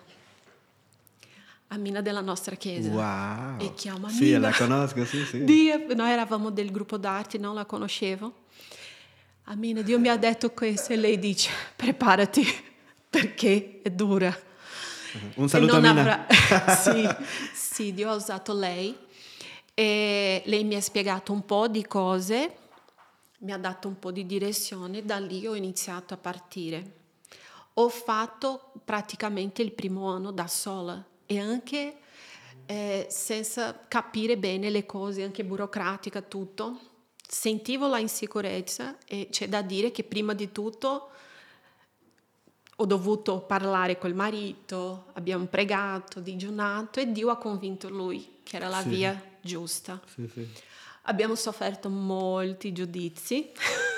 della nostra chiesa. Wow. E chiama Sì, Amina. la conosco, sì. Noi eravamo del gruppo d'arte, non la conoscevo. Amina, Dio mi ha detto questo e lei dice, preparati perché è dura. Un saluto a Mina. Sì, Dio ha usato lei e lei mi ha spiegato un po' di cose, mi ha dato un po' di direzione, da lì ho iniziato a partire. Ho fatto praticamente il primo anno da sola e anche senza capire bene le cose, anche burocratica, tutto. Sentivo la insicurezza e c'è da dire che prima di tutto ho dovuto parlare col marito, abbiamo pregato, digiunato e Dio ha convinto lui che era la via giusta. Sì. Abbiamo sofferto molti giudizi.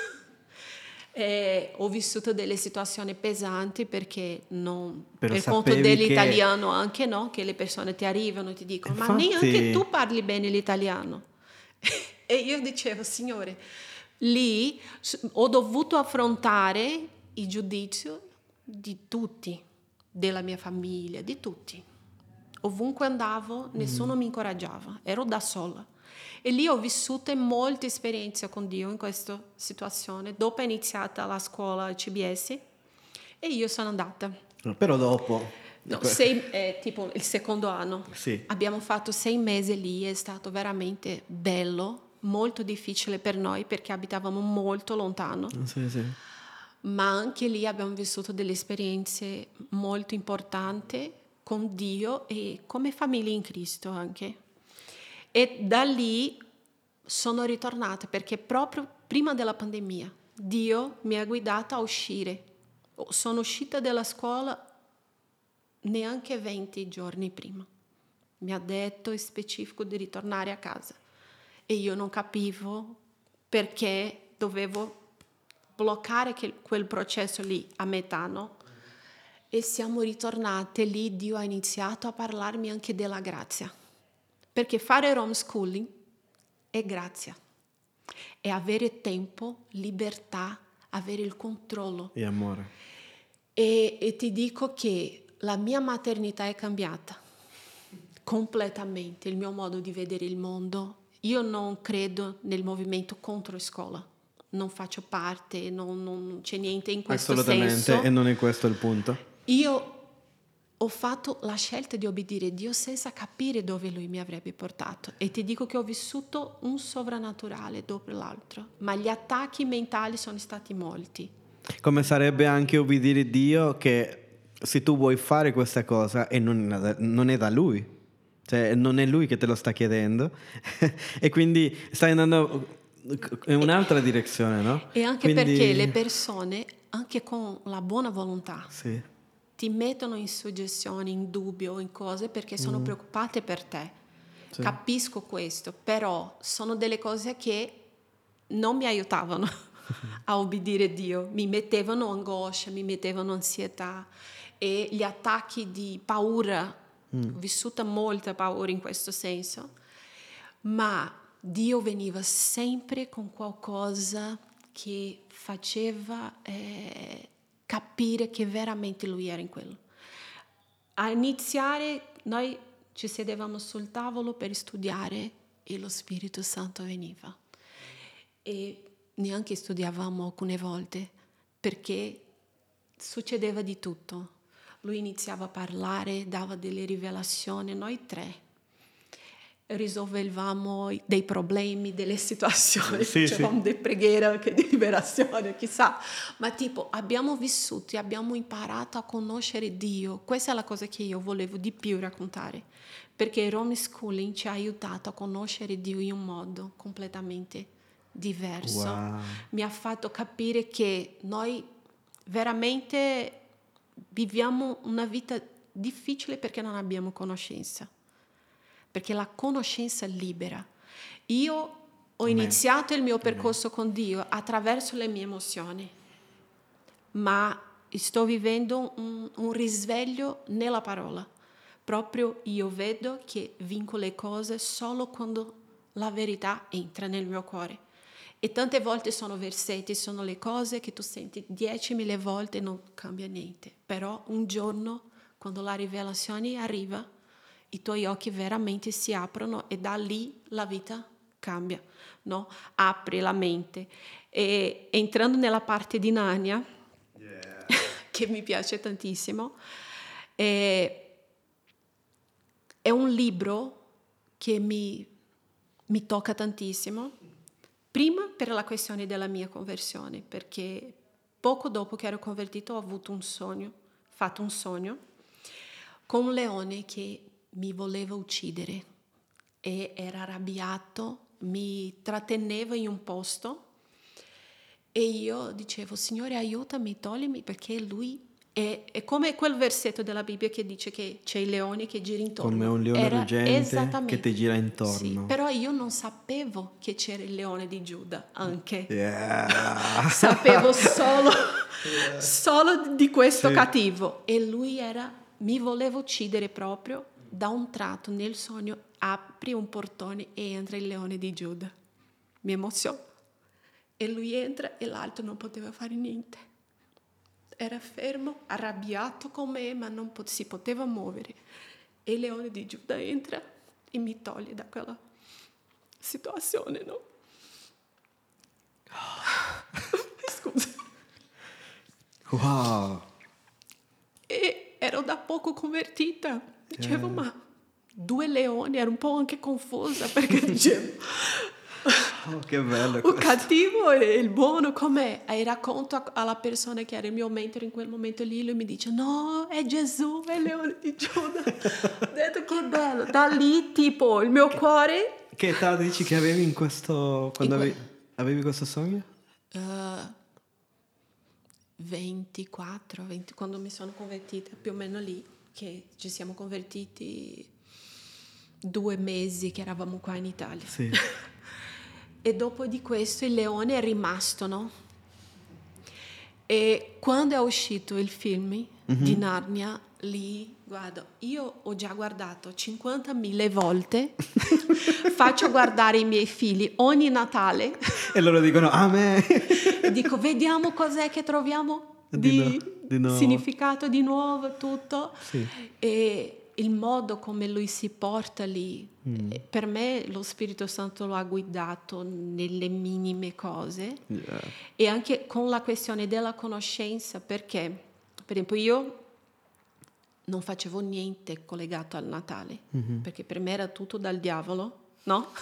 E ho vissuto delle situazioni pesanti perché per conto dell'italiano anche che le persone ti arrivano e ti dicono ma neanche tu parli bene l'italiano. E io dicevo, Signore, lì ho dovuto affrontare il giudizio di tutti, della mia famiglia, di tutti. Ovunque andavo, nessuno mi incoraggiava, ero da sola. E lì ho vissuto molte esperienze con Dio in questa situazione. Dopo è iniziata la scuola CBS e io sono andata. Però dopo... tipo il secondo anno. Sì. Abbiamo fatto 6 mesi lì, è stato veramente bello, molto difficile per noi perché abitavamo molto lontano. Sì. Ma anche lì abbiamo vissuto delle esperienze molto importanti con Dio e come famiglia in Cristo anche. E da lì sono ritornata perché proprio prima della pandemia Dio mi ha guidata a uscire. Sono uscita dalla scuola neanche 20 giorni prima. Mi ha detto in specifico di ritornare a casa e io non capivo perché dovevo bloccare quel processo lì a metà, no? E siamo ritornate lì, Dio ha iniziato a parlarmi anche della grazia. Perché fare homeschooling è grazia, è avere tempo, libertà, avere il controllo. E amore. E ti dico che la mia maternità è cambiata completamente, il mio modo di vedere il mondo. Io non credo nel movimento contro scuola, non faccio parte, non c'è niente in questo senso. Assolutamente, e non è questo il punto. Io ho fatto la scelta di obbedire a Dio senza capire dove Lui mi avrebbe portato e ti dico che ho vissuto un sovrannaturale dopo l'altro, ma gli attacchi mentali sono stati molti. Come sarebbe anche obbedire a Dio che se tu vuoi fare questa cosa e non è da Lui, cioè non è Lui che te lo sta chiedendo e quindi stai andando in un'altra direzione, no? E anche perché le persone, anche con la buona volontà, ti mettono in suggestioni, in dubbio, in cose perché sono preoccupate per te. Sì. Capisco questo, però sono delle cose che non mi aiutavano a obbedire a Dio, mi mettevano angoscia, mi mettevano ansietà e gli attacchi di paura, ho vissuto molta paura in questo senso, ma Dio veniva sempre con qualcosa che faceva capire che veramente Lui era in quello. A iniziare noi ci sedevamo sul tavolo per studiare e lo Spirito Santo veniva e neanche studiavamo alcune volte perché succedeva di tutto. Lui iniziava a parlare, dava delle rivelazioni, noi 3 risolvevamo dei problemi, delle situazioni, facevamo delle preghiere anche di liberazione, chissà, ma tipo abbiamo vissuto e abbiamo imparato a conoscere Dio. Questa è la cosa che io volevo di più raccontare, perché il homeschooling ci ha aiutato a conoscere Dio in un modo completamente diverso. Wow. Mi ha fatto capire che noi veramente viviamo una vita difficile perché non abbiamo conoscenza. Perché la conoscenza libera. Io ho iniziato il mio percorso con Dio attraverso le mie emozioni, ma sto vivendo un risveglio nella parola. Proprio io vedo che vinco le cose solo quando la verità entra nel mio cuore. E tante volte sono versetti, sono le cose che tu senti 10.000 volte e non cambia niente. Però un giorno, quando la rivelazione arriva, i tuoi occhi veramente si aprono e da lì la vita cambia, no? Apri la mente. E entrando nella parte di Narnia, che mi piace tantissimo, è un libro che mi tocca tantissimo. Prima per la questione della mia conversione, perché poco dopo che ero convertito ho avuto fatto un sogno con un leone che mi voleva uccidere e era arrabbiato, mi tratteneva in un posto e io dicevo: Signore, aiutami, toglimi, perché lui è come quel versetto della Bibbia che dice che c'è il leone che gira intorno. Come un leone ruggente che ti gira intorno. Sì, però io non sapevo che c'era il leone di Giuda anche. Sapevo solo di questo cattivo. E lui mi voleva uccidere proprio. Da un tratto nel sogno apri un portone e entra il leone di Giuda. Mi emoziona. E lui entra e l'altro non poteva fare niente. Era fermo, arrabbiato con me, ma non si poteva muovere. E il leone di Giuda entra e mi toglie da quella situazione, no? Scusa. Wow. E ero da poco convertita. Dicevo, ma 2 leoni, ero un po' anche confusa perché dicevo... che bello il cattivo e il buono com'è? E racconto alla persona che era il mio mentore in quel momento lì, lui mi dice: no, è Gesù, è il leone di Giuda. Ho detto: che bello. Da lì tipo il mio cuore... Che età dici che avevi in questo quando avevi questo sogno? 24, 20, quando mi sono convertita, più o meno lì, che ci siamo convertiti 2 mesi che eravamo qua in Italia. Sì. E dopo di questo il leone è rimasto, no? E quando è uscito il film di Narnia, lì, guarda, io ho già guardato 50.000 volte, faccio guardare i miei figli ogni Natale. E loro dicono: amen. E dico: vediamo cos'è che troviamo di nuovo. significato di nuovo, tutto. Sì. E il modo come lui si porta lì, per me lo Spirito Santo lo ha guidato nelle minime cose. E anche con la questione della conoscenza, perché per esempio io non facevo niente collegato al Natale, perché per me era tutto dal diavolo, no?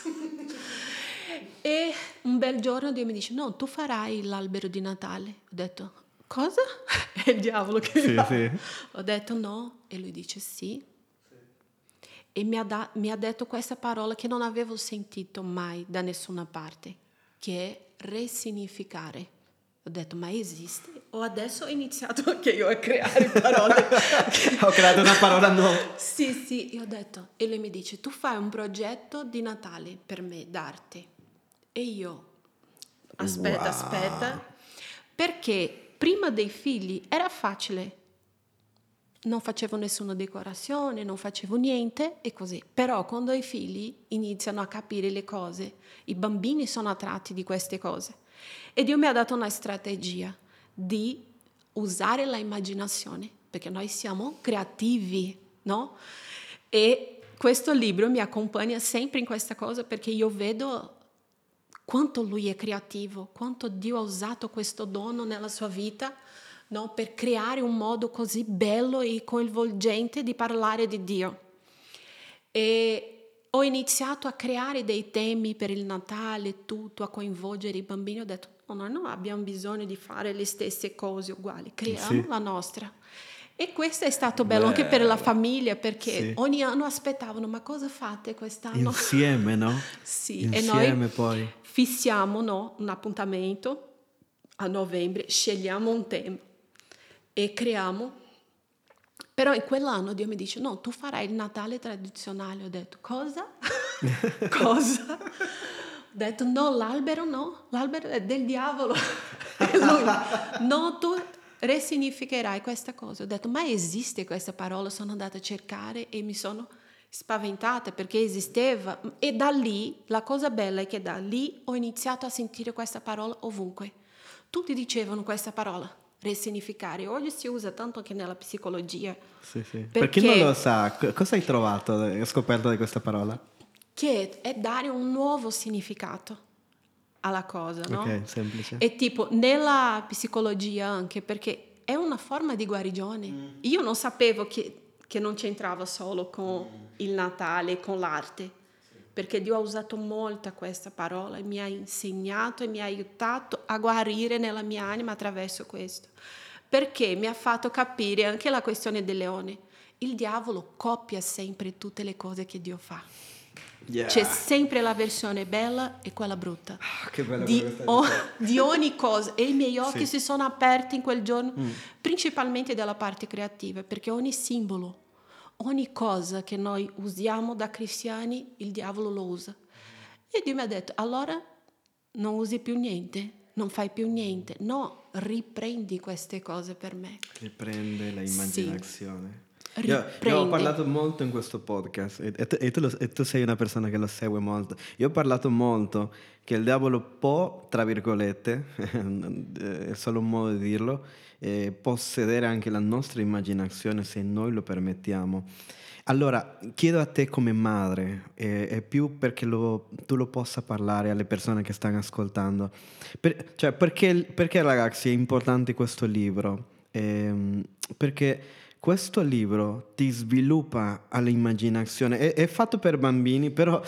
E un bel giorno Dio mi dice: no, tu farai l'albero di Natale. Ho detto: cosa? È il diavolo che mi fa. Sì. Ho detto no, e lui dice sì. E mi ha detto questa parola che non avevo sentito mai da nessuna parte, che è resignificare. Ho detto: ma esiste? O adesso ho iniziato anche io a creare parole. Ho creato una parola nuova. Sì, io ho detto. E lui mi dice: tu fai un progetto di Natale per me, d'arte. E io, aspetta, perché prima dei figli era facile. Non facevo nessuna decorazione, non facevo niente e così. Però quando i figli iniziano a capire le cose, i bambini sono attratti di queste cose. E Dio mi ha dato una strategia di usare la immaginazione, perché noi siamo creativi, no? E questo libro mi accompagna sempre in questa cosa, perché io vedo quanto lui è creativo, quanto Dio ha usato questo dono nella sua vita, no? Per creare un modo così bello e coinvolgente di parlare di Dio. E ho iniziato a creare dei temi per il Natale, tutto, a coinvolgere i bambini. Ho detto: no, noi non abbiamo bisogno di fare le stesse cose uguali, creiamo la nostra. E questo è stato bello anche per la famiglia, perché ogni anno aspettavano: ma cosa fate quest'anno? Insieme, no? Sì, insieme. E noi poi fissiamo, no, un appuntamento a novembre, scegliamo un tema e creiamo. Però in quell'anno Dio mi dice: no, tu farai il Natale tradizionale. Ho detto: cosa? Cosa? Ho detto: no, l'albero è del diavolo. E lui: no, tu resignificherai questa cosa. Ho detto, ma esiste questa parola? Sono andata a cercare e mi sono spaventata perché esisteva. E da lì, la cosa bella è che da lì ho iniziato a sentire questa parola ovunque. Tutti dicevano questa parola, resignificare. Oggi si usa tanto anche nella psicologia. Sì. Per chi non lo sa, cosa hai trovato, hai scoperto di questa parola? Che è dare un nuovo significato alla cosa, no? Ok, semplice. E tipo nella psicologia anche, perché è una forma di guarigione. Io non sapevo che non c'entrava solo con il Natale, con l'arte, perché Dio ha usato molto questa parola e mi ha insegnato e mi ha aiutato a guarire nella mia anima attraverso questo, perché mi ha fatto capire anche la questione del leone. Il diavolo copia sempre tutte le cose che Dio fa. Yeah. C'è sempre la versione bella e quella brutta Che bello di ogni cosa, e i miei occhi Sì. si sono aperti in quel giorno, principalmente dalla parte creativa, perché ogni simbolo, ogni cosa che noi usiamo da cristiani, il diavolo lo usa. E Dio mi ha detto, allora non usi più niente, non fai più niente, no, riprendi queste cose per me. Riprende la immaginazione. Sì. Io ho parlato molto in questo podcast e tu sei una persona che lo segue molto. Io ho parlato molto che il diavolo può, tra virgolette, è solo un modo di dirlo, possedere anche la nostra immaginazione se noi lo permettiamo. Allora, chiedo a te come madre, è più perché tu lo possa parlare alle persone che stanno ascoltando. Perché ragazzi è importante questo libro? Perché questo libro ti sviluppa all'immaginazione. È fatto per bambini, però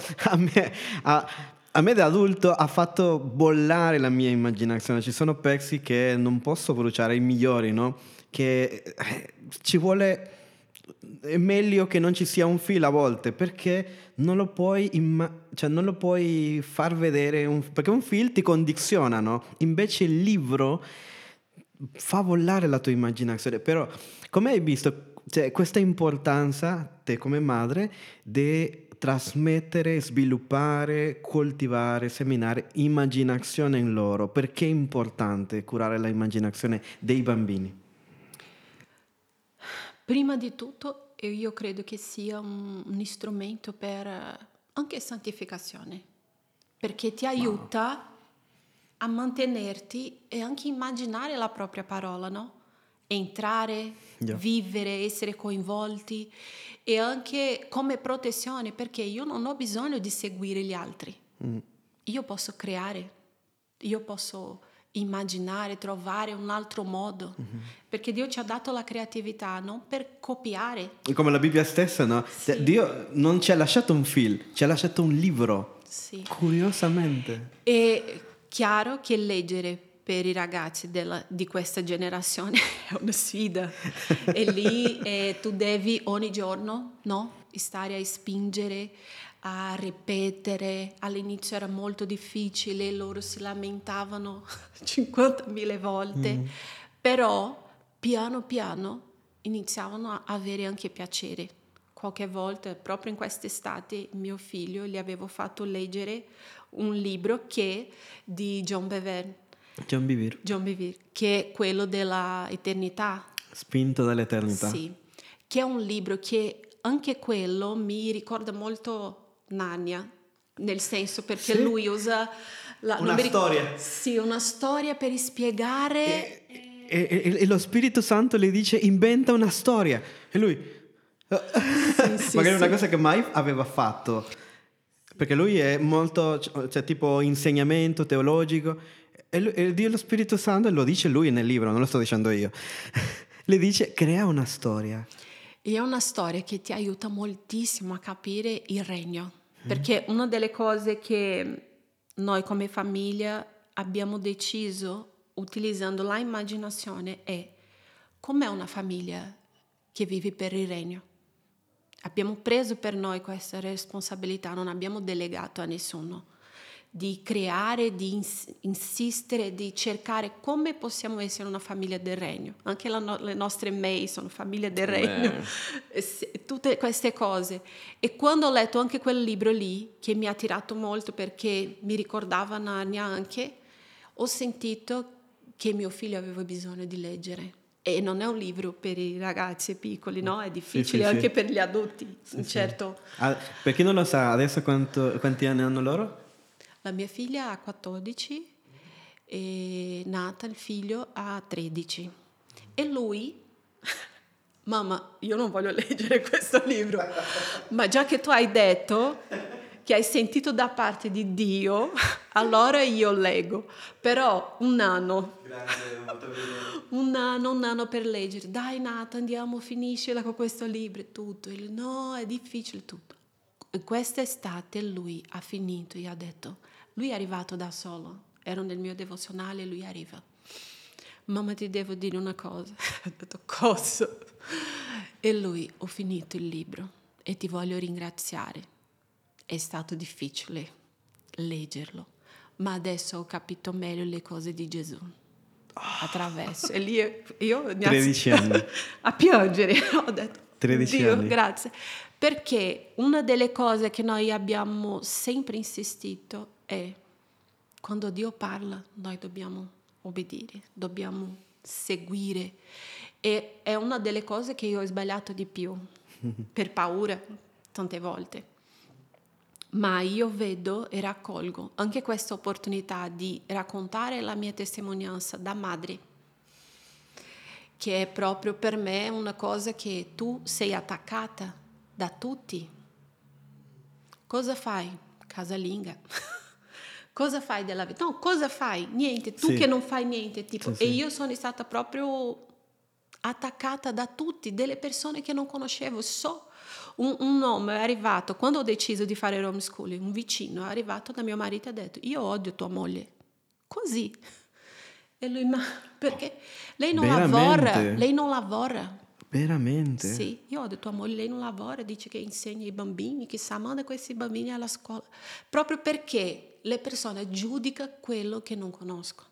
a me da adulto ha fatto bollare la mia immaginazione. Ci sono pezzi che non posso bruciare, i migliori, no? Che ci vuole... È meglio che non ci sia un filo a volte, perché non lo puoi, non lo puoi far vedere, perché un film ti condiziona, no? Invece il libro fa volare la tua immaginazione. Però, come hai visto, questa importanza, te come madre, di trasmettere, sviluppare, coltivare, seminare immaginazione in loro. Perché è importante curare l'immaginazione dei bambini? Prima di tutto, io credo che sia un strumento per anche santificazione, perché ti aiuta a mantenerti e anche immaginare la propria parola, no? Entrare, vivere, essere coinvolti, e anche come protezione, perché io non ho bisogno di seguire gli altri. Io posso creare, io posso immaginare, trovare un altro modo, perché Dio ci ha dato la creatività non per copiare. Come la Bibbia stessa, no? Sì. Dio non ci ha lasciato un film, ci ha lasciato un libro. Sì. Curiosamente. È chiaro che leggere per i ragazzi di questa generazione è una sfida. E lì tu devi ogni giorno, no? Stare a spingere, a ripetere. All'inizio era molto difficile, loro si lamentavano 50.000 volte, però piano piano iniziavano a avere anche piacere. Qualche volta, proprio in quest'estate, mio figlio gli avevo fatto leggere un libro di John Bevere, che è quello della eternità. Spinto dall'eternità. Sì, che è un libro che anche quello mi ricorda molto Narnia, nel senso perché lui usa una storia. Sì, una storia per spiegare. E lo Spirito Santo le dice inventa una storia. E lui... magari una cosa che mai aveva fatto, perché lui è molto, tipo insegnamento teologico, e Dio lo Spirito Santo lo dice lui nel libro, non lo sto dicendo io. Le dice crea una storia, e è una storia che ti aiuta moltissimo a capire il regno, perché una delle cose che noi come famiglia abbiamo deciso utilizzando la immaginazione è com'è una famiglia che vive per il regno. Abbiamo preso per noi questa responsabilità, non abbiamo delegato a nessuno, di creare, di insistere, di cercare come possiamo essere una famiglia del regno. Anche le nostre May sono famiglie del regno, tutte queste cose. E quando ho letto anche quel libro lì, che mi ha attirato molto perché mi ricordava Narnia anche, ho sentito che mio figlio aveva bisogno di leggere. E non è un libro per i ragazzi piccoli, no? È difficile sì, anche sì. per gli adulti, certo. Per chi non lo sa, adesso quanti anni hanno loro? La mia figlia ha 14 e Nathan, il figlio, ha 13. E lui, mamma, io non voglio leggere questo libro, ma già che tu hai detto che hai sentito da parte di Dio, allora io leggo. Però un anno. Grazie, molto bene. Un anno per leggere. Dai Nathan, andiamo, finiscila con questo libro e tutto. E lui, no, è difficile tutto. E quest'estate lui ha finito e ha detto, lui è arrivato da solo. Ero nel mio devozionale e lui arriva. Mamma, ti devo dire una cosa. Ho detto, cosa? E lui, ho finito il libro e ti voglio ringraziare. È stato difficile leggerlo, ma adesso ho capito meglio le cose di Gesù. Attraverso. E lì io 13 anni. a piangere. Ho detto, 13 Dio, anni. grazie. Perché una delle cose che noi abbiamo sempre insistito è quando Dio parla, noi dobbiamo obbedire, dobbiamo seguire. E è una delle cose che io ho sbagliato di più, per paura, tante volte. Ma io vedo e raccolgo anche questa opportunità di raccontare la mia testimonianza da madre, che è proprio per me una cosa che tu sei attaccata da tutti. Cosa fai? Casalinga. Cosa fai della vita? No, cosa fai? Niente, tu Sì. che non fai niente. Tipo. Sì, E sì. io sono stata proprio attaccata da tutti, delle persone che non conoscevo. Un uomo è arrivato, quando ho deciso di fare homeschooling, un vicino è arrivato da mio marito e ha detto, io odio tua moglie. Così. E lui, ma perché? Lei non lavora, Veramente? lei non lavora. Veramente? Sì, io odio tua moglie, lei non lavora, dice che insegna ai bambini, chissà, manda questi bambini alla scuola. Proprio perché le persone giudicano quello che non conoscono.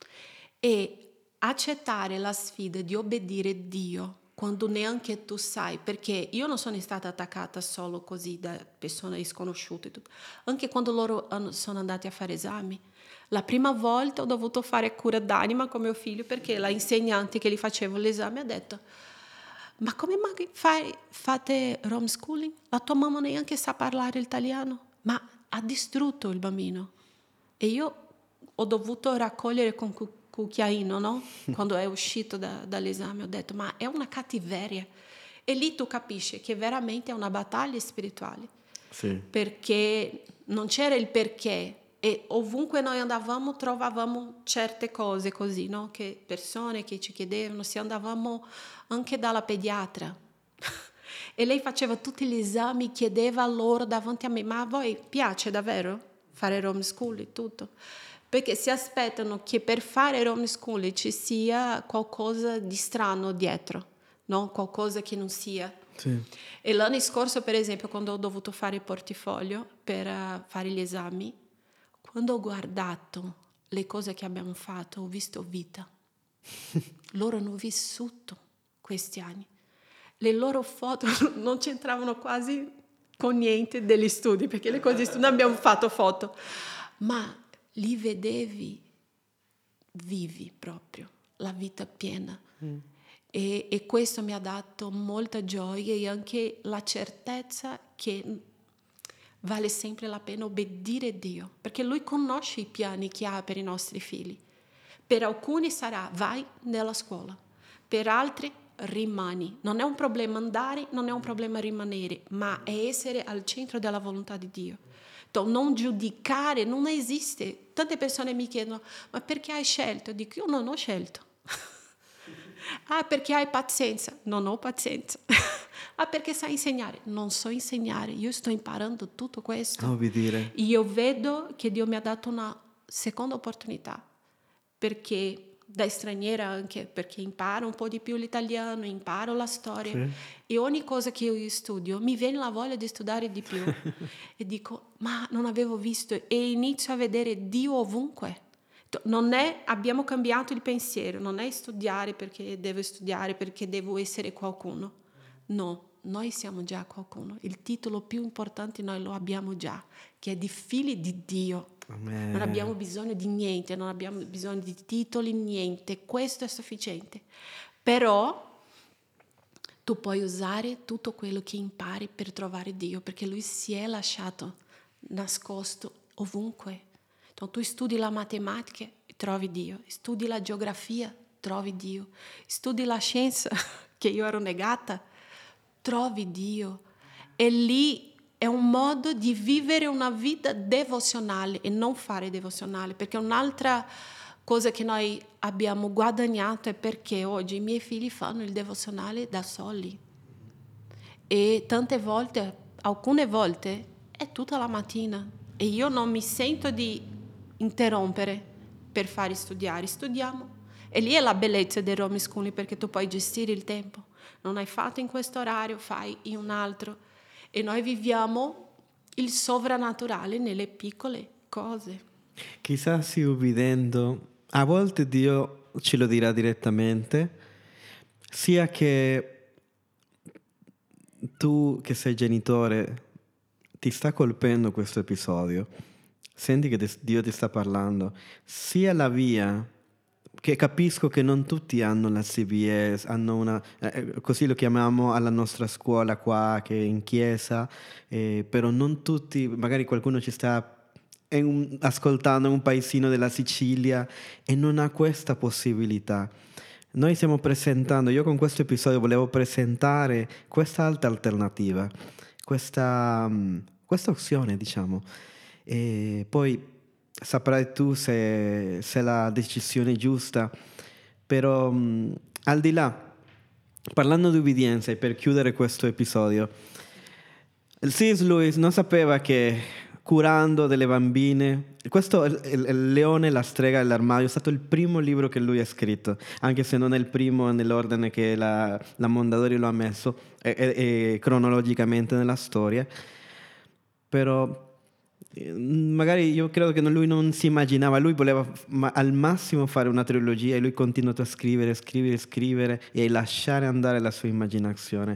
E accettare la sfida di obbedire a Dio quando neanche tu sai, perché io non sono stata attaccata solo così da persone sconosciute, anche quando loro sono andati a fare esami. La prima volta ho dovuto fare cura d'anima con mio figlio perché la insegnante che gli facevo l'esame ha detto, ma come mai fate homeschooling? La tua mamma neanche sa parlare italiano? Ma ha distrutto il bambino. E io ho dovuto raccogliere con cucchiaino, no? Quando è uscito dall'esame ho detto, ma è una cattiveria. E lì tu capisci che veramente è una battaglia spirituale. Sì. Perché non c'era il perché. E ovunque noi andavamo trovavamo certe cose così, no? Che persone che ci chiedevano, se andavamo anche dalla pediatra. E lei faceva tutti gli esami, chiedeva loro davanti a me, ma a voi piace davvero fare homeschooling e tutto? Perché si aspettano che per fare homeschooling ci sia qualcosa di strano dietro, no? Qualcosa che non sia. Sì. E l'anno scorso, per esempio, quando ho dovuto fare il portafoglio per fare gli esami, quando ho guardato le cose che abbiamo fatto, ho visto vita. Loro hanno vissuto questi anni. Le loro foto non c'entravano quasi con niente degli studi, perché le cose di studi non abbiamo fatto foto, ma li vedevi vivi proprio, la vita piena. E questo mi ha dato molta gioia e anche la certezza che vale sempre la pena obbedire a Dio, perché Lui conosce i piani che ha per i nostri figli. Per alcuni sarà vai nella scuola, per altri rimani. Non è un problema andare, non è un problema rimanere, ma è essere al centro della volontà di Dio. Non giudicare, non esiste. Tante persone mi chiedono, ma perché hai scelto? Dico, io non ho scelto. Ah, perché hai pazienza? Non ho pazienza. Ah, perché sai insegnare? Non so insegnare, io sto imparando tutto questo. Obbedire. Io vedo che Dio mi ha dato una seconda opportunità, perché da straniera anche, perché imparo un po' di più l'italiano, imparo la storia, Sì. e ogni cosa che io studio mi viene la voglia di studiare di più. E dico, ma non avevo visto, e inizio a vedere Dio ovunque. Non è, abbiamo cambiato il pensiero, non è studiare perché devo essere qualcuno. No, noi siamo già qualcuno. Il titolo più importante noi lo abbiamo già, che è di figli di Dio. Amen. Non abbiamo bisogno di niente, non abbiamo bisogno di titoli, niente. Questo è sufficiente. Però tu puoi usare tutto quello che impari per trovare Dio, perché Lui si è lasciato nascosto ovunque. Tu studi la matematica e trovi Dio, studi la geografia, trovi Dio, studi la scienza, che io ero negata, trovi Dio. E lì è un modo di vivere una vita devozionale e non fare devozionale, perché un'altra cosa che noi abbiamo guadagnato è perché oggi i miei figli fanno il devozionale da soli. E tante volte, alcune volte, è tutta la mattina e io non mi sento di interrompere per fare studiare. Studiamo. E lì è la bellezza del homeschooling, perché tu puoi gestire il tempo. Non hai fatto in questo orario, fai in un altro. E noi viviamo il sovrannaturale nelle piccole cose. Chissà se ubbidendo, a volte Dio ce lo dirà direttamente, sia che tu che sei genitore ti sta colpendo questo episodio, senti che Dio ti sta parlando, sia la via, che capisco che non tutti hanno la CBS, hanno una, così lo chiamiamo alla nostra scuola qua, che è in chiesa, però non tutti, magari qualcuno ci sta ascoltando in un paesino della Sicilia e non ha questa possibilità. Noi stiamo presentando, io con questo episodio volevo presentare questa altra alternativa, questa opzione, diciamo. E poi saprai tu se la decisione è giusta, però al di là, parlando di ubbidienza e per chiudere questo episodio, il C.S. Lewis non sapeva che curando delle bambine, questo il leone, la strega e l'armadio è stato il primo libro che lui ha scritto, anche se non è il primo nell'ordine che la Mondadori lo ha messo cronologicamente nella storia, però magari io credo che lui non si immaginava, lui voleva al massimo fare una trilogia e lui ha continuato a scrivere e lasciare andare la sua immaginazione.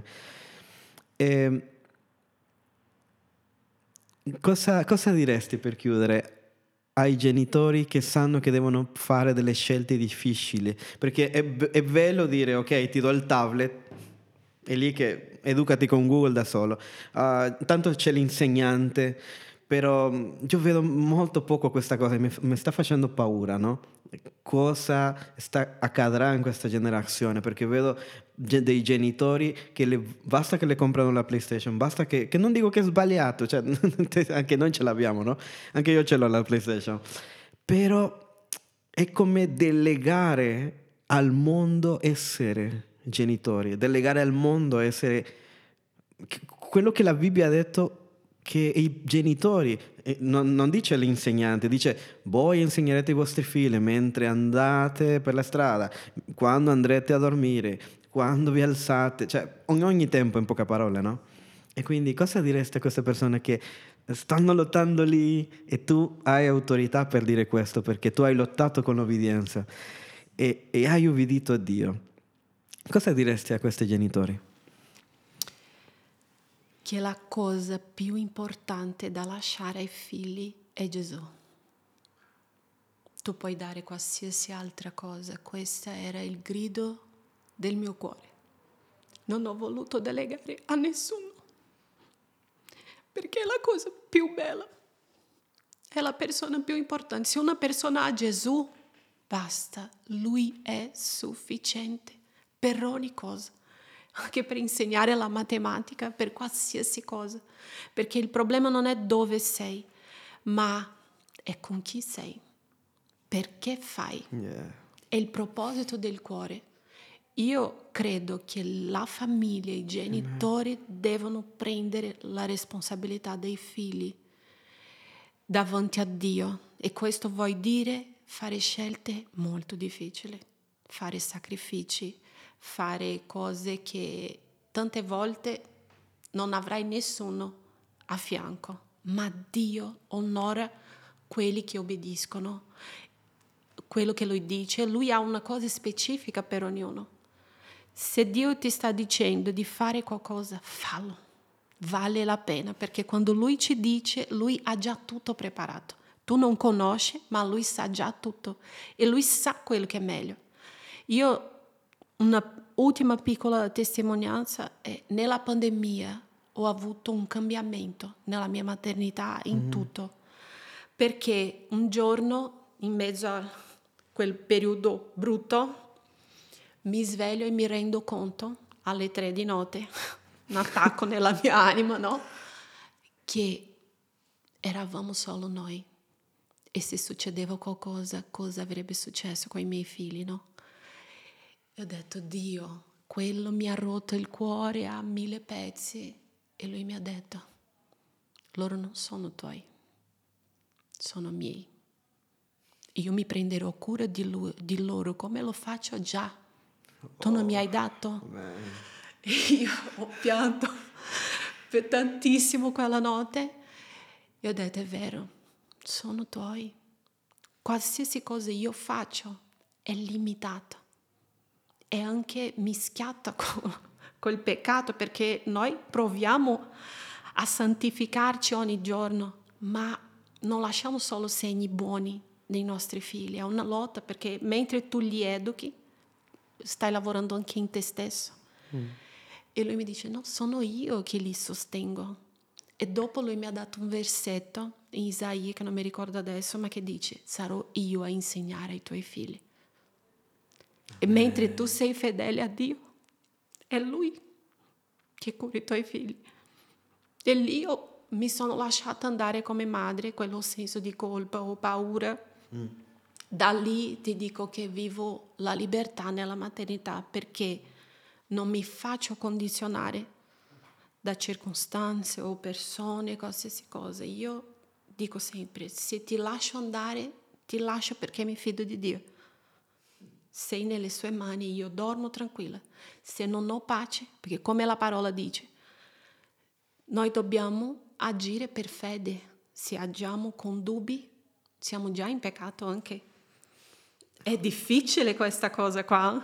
Cosa diresti per chiudere ai genitori che sanno che devono fare delle scelte difficili? Perché è bello dire ok, ti do il tablet, è lì che educati con Google da solo, tanto c'è l'insegnante, però io vedo molto poco questa cosa e mi sta facendo paura, no? Cosa accadrà in questa generazione, perché vedo dei genitori che basta che le comprano la PlayStation, basta che non dico che è sbagliato, cioè, anche noi ce l'abbiamo, no? Anche io ce l'ho la PlayStation, però è come delegare al mondo essere genitori, delegare al mondo essere quello che la Bibbia ha detto che i genitori, non dice l'insegnante, dice voi insegnerete ai vostri figli mentre andate per la strada, quando andrete a dormire, quando vi alzate, cioè ogni tempo in poche parole, no? E quindi cosa direste a queste persone che stanno lottando lì e tu hai autorità per dire questo perché tu hai lottato con l'obbedienza e hai ubbidito a Dio? Cosa diresti a questi genitori? Che la cosa più importante da lasciare ai figli è Gesù. Tu puoi dare qualsiasi altra cosa, questo era il grido del mio cuore. Non ho voluto delegare a nessuno, perché è la cosa più bella, è la persona più importante. Se una persona ha Gesù, basta, Lui è sufficiente per ogni cosa. Anche per insegnare la matematica, per qualsiasi cosa, perché il problema non è dove sei, ma è con chi sei, perché fai, è il proposito del cuore. Io credo che la famiglia, i genitori devono prendere la responsabilità dei figli davanti a Dio, e questo vuol dire fare scelte molto difficili, fare sacrifici, fare cose che tante volte non avrai nessuno a fianco, ma Dio onora quelli che obbediscono, quello che Lui dice. Lui ha una cosa specifica per ognuno. Se Dio ti sta dicendo di fare qualcosa, fallo, vale la pena, perché quando Lui ci dice, Lui ha già tutto preparato. Tu non conosci, ma Lui sa già tutto e Lui sa quello che è meglio. Io Una ultima piccola testimonianza è nella pandemia ho avuto un cambiamento nella mia maternità, in tutto, perché un giorno in mezzo a quel periodo brutto mi sveglio e mi rendo conto alle 3 di notte, un attacco nella mia anima, no? Che eravamo solo noi. E se succedeva qualcosa, cosa avrebbe successo con i miei figli, no? E ho detto, Dio, quello mi ha rotto il cuore a 1000 pezzi. E lui mi ha detto, loro non sono tuoi, sono miei. Io mi prenderò cura di loro come lo faccio già. Tu non mi hai dato? E io ho pianto per tantissimo quella notte. E ho detto, è vero, sono tuoi. Qualsiasi cosa io faccio è limitata. E anche mischiata col peccato, perché noi proviamo a santificarci ogni giorno, ma non lasciamo solo segni buoni nei nostri figli. È una lotta, perché mentre tu li educhi, stai lavorando anche in te stesso. E lui mi dice, no, sono io che li sostengo. E dopo lui mi ha dato un versetto in Isaia, che non mi ricordo adesso, ma che dice, sarò io a insegnare ai tuoi figli. E mentre tu sei fedele a Dio, è Lui che cura i tuoi figli. E lì io mi sono lasciata andare come madre, quello senso di colpa o paura. Da lì ti dico che vivo la libertà nella maternità, perché non mi faccio condizionare da circostanze o persone, qualsiasi cosa. Io dico sempre, se ti lascio andare, ti lascio perché mi fido di Dio. Sei nelle sue mani, io dormo tranquilla. Se non ho pace, perché come la parola dice, noi dobbiamo agire per fede. Se agiamo con dubbi, siamo già in peccato anche. È difficile questa cosa qua,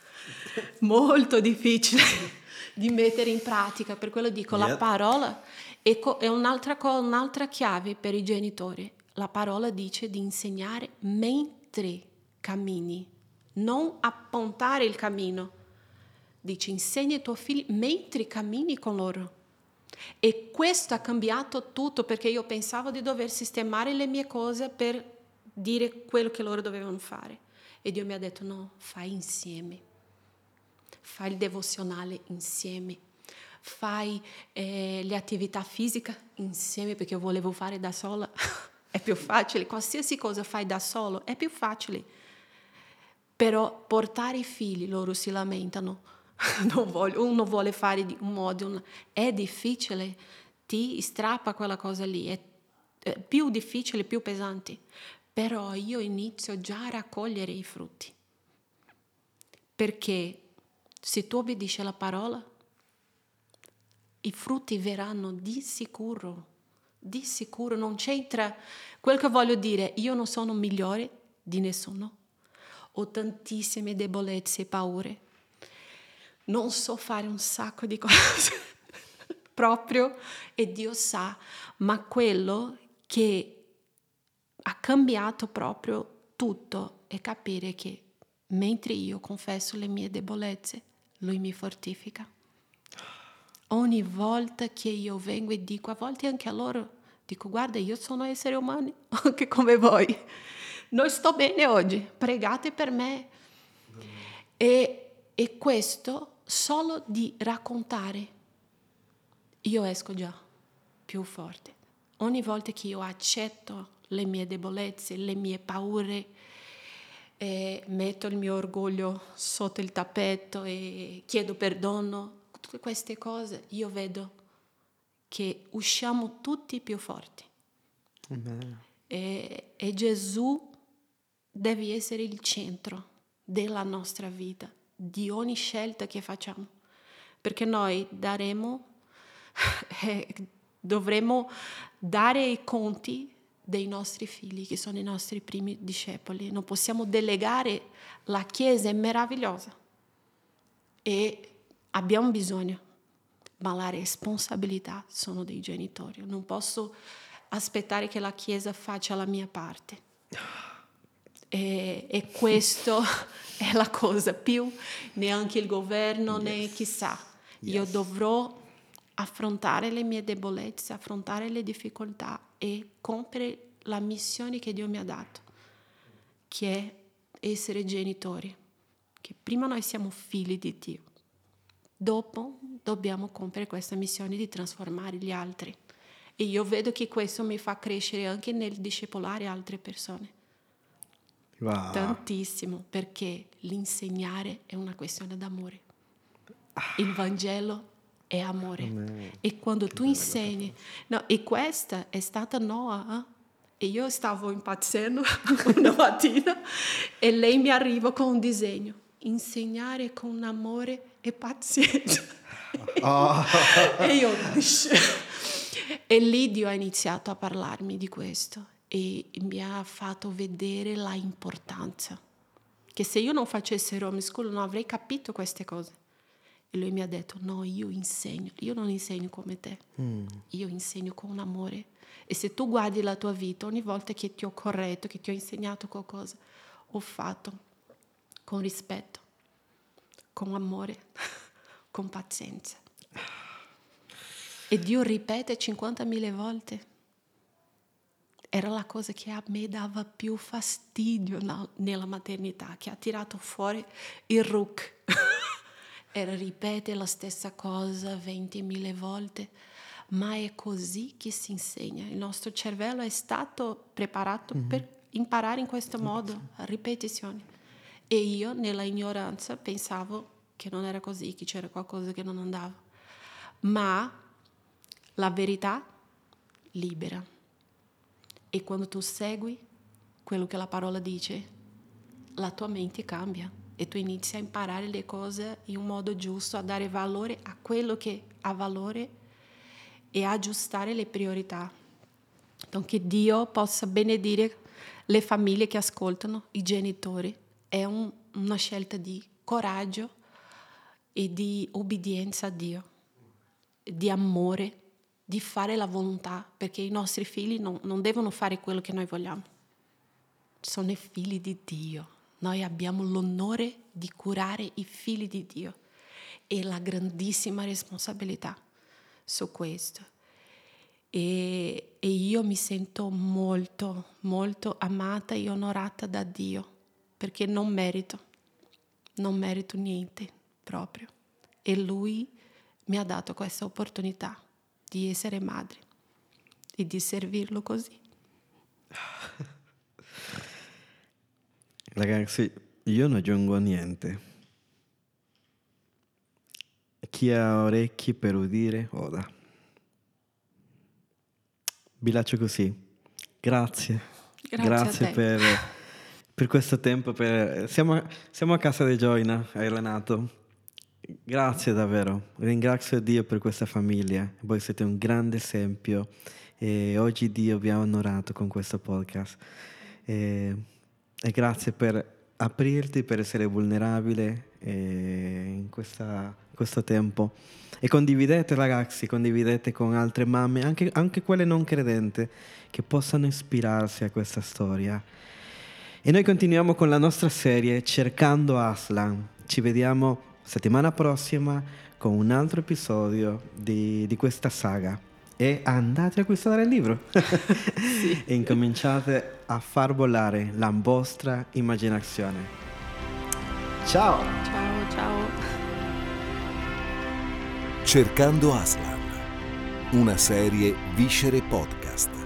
molto difficile di mettere in pratica. Per quello dico, la parola è un'altra chiave per i genitori. La parola dice di insegnare mentre cammini, non appuntare il cammino. Dice, insegna ai tuoi figli mentre cammini con loro. E questo ha cambiato tutto, perché io pensavo di dover sistemare le mie cose per dire quello che loro dovevano fare. E Dio mi ha detto, no, fai insieme. Fai il devozionale insieme. Fai le attività fisiche insieme, perché io volevo fare da sola. È più facile. Qualsiasi cosa fai da solo è più facile. Però portare i figli, loro si lamentano. Uno vuole fare di un modo, è difficile, ti strappa quella cosa lì, è più difficile, più pesante. Però io inizio già a raccogliere i frutti. Perché se tu obbedisci alla parola, i frutti verranno di sicuro. Di sicuro, non c'entra. Quel che voglio dire, io non sono migliore di nessuno. Ho tantissime debolezze e paure. Non so fare un sacco di cose proprio, e Dio sa, ma quello che ha cambiato proprio tutto è capire che mentre io confesso le mie debolezze, Lui mi fortifica. Ogni volta che io vengo e dico, a volte anche a loro, dico, guarda, io sono essere umano, anche come voi. Non sto bene oggi, pregate per me. E questo solo di raccontare, io esco già più forte. Ogni volta che io accetto le mie debolezze, le mie paure, metto il mio orgoglio sotto il tappeto e chiedo perdono, tutte queste cose, io vedo che usciamo tutti più forti. E Gesù deve essere il centro della nostra vita, di ogni scelta che facciamo, perché noi dovremo dare i conti dei nostri figli, che sono i nostri primi discepoli. Non possiamo delegare, la Chiesa è meravigliosa e abbiamo bisogno, ma la responsabilità sono dei genitori. Non posso aspettare che la Chiesa faccia la mia parte. E questo è la cosa più, neanche il governo né chissà. Io dovrò affrontare le mie debolezze, affrontare le difficoltà e compiere la missione che Dio mi ha dato, che è essere genitori, che prima noi siamo figli di Dio, dopo dobbiamo compiere questa missione di trasformare gli altri. E io vedo che questo mi fa crescere anche nel discepolare altre persone. Wow. Tantissimo, perché l'insegnare è una questione d'amore. Il Vangelo è amore. Amen. E quando tu insegni... No, e questa è stata Noa. E io stavo impazzendo una mattina e lei mi arriva con un disegno. Insegnare con amore e pazienza. Oh. E io... E lì Dio ha iniziato a parlarmi di questo e mi ha fatto vedere la importanza. Che se io non facessi homeschool non avrei capito queste cose. E lui mi ha detto, no, io insegno. Io non insegno come te. Io insegno con amore. E se tu guardi la tua vita, ogni volta che ti ho corretto, che ti ho insegnato qualcosa, ho fatto con rispetto, con amore, con pazienza. E Dio ripete 50.000 volte. Era la cosa che a me dava più fastidio nella maternità, che ha tirato fuori il Rook. Era ripete la stessa cosa 20.000 volte, ma è così che si insegna. Il nostro cervello è stato preparato per imparare in questo modo, a ripetizioni. E io nella ignoranza pensavo che non era così, che c'era qualcosa che non andava. Ma la verità libera. E quando tu segui quello che la parola dice, la tua mente cambia e tu inizi a imparare le cose in un modo giusto, a dare valore a quello che ha valore e a aggiustare le priorità. Che Dio possa benedire le famiglie che ascoltano, i genitori. È una scelta di coraggio e di obbedienza a Dio, di amore, di fare la volontà, perché i nostri figli non devono fare quello che noi vogliamo. Sono i figli di Dio. Noi abbiamo l'onore di curare i figli di Dio e la grandissima responsabilità su questo. E io mi sento molto, molto amata e onorata da Dio, perché non merito niente proprio. E Lui mi ha dato questa opportunità di essere madre e di servirlo così. Ragazzi, io non aggiungo niente. Chi ha orecchi per udire, oda. Vi lascio così. Grazie Grazie a te. per questo tempo. Siamo a casa di Gioina e Renato. Grazie davvero. Ringrazio Dio per questa famiglia. Voi siete un grande esempio e oggi Dio vi ha onorato con questo podcast. E grazie per aprirti, per essere vulnerabile in questo tempo. E condividete, ragazzi, condividete con altre mamme, anche quelle non credenti, che possano ispirarsi a questa storia. E noi continuiamo con la nostra serie Cercando Aslan. Ci vediamo settimana prossima con un altro episodio di questa saga. E andate a acquistare il libro. Sì. E incominciate a far volare la vostra immaginazione. Ciao! Ciao, ciao. Cercando Aslan, una serie Viscere Podcast.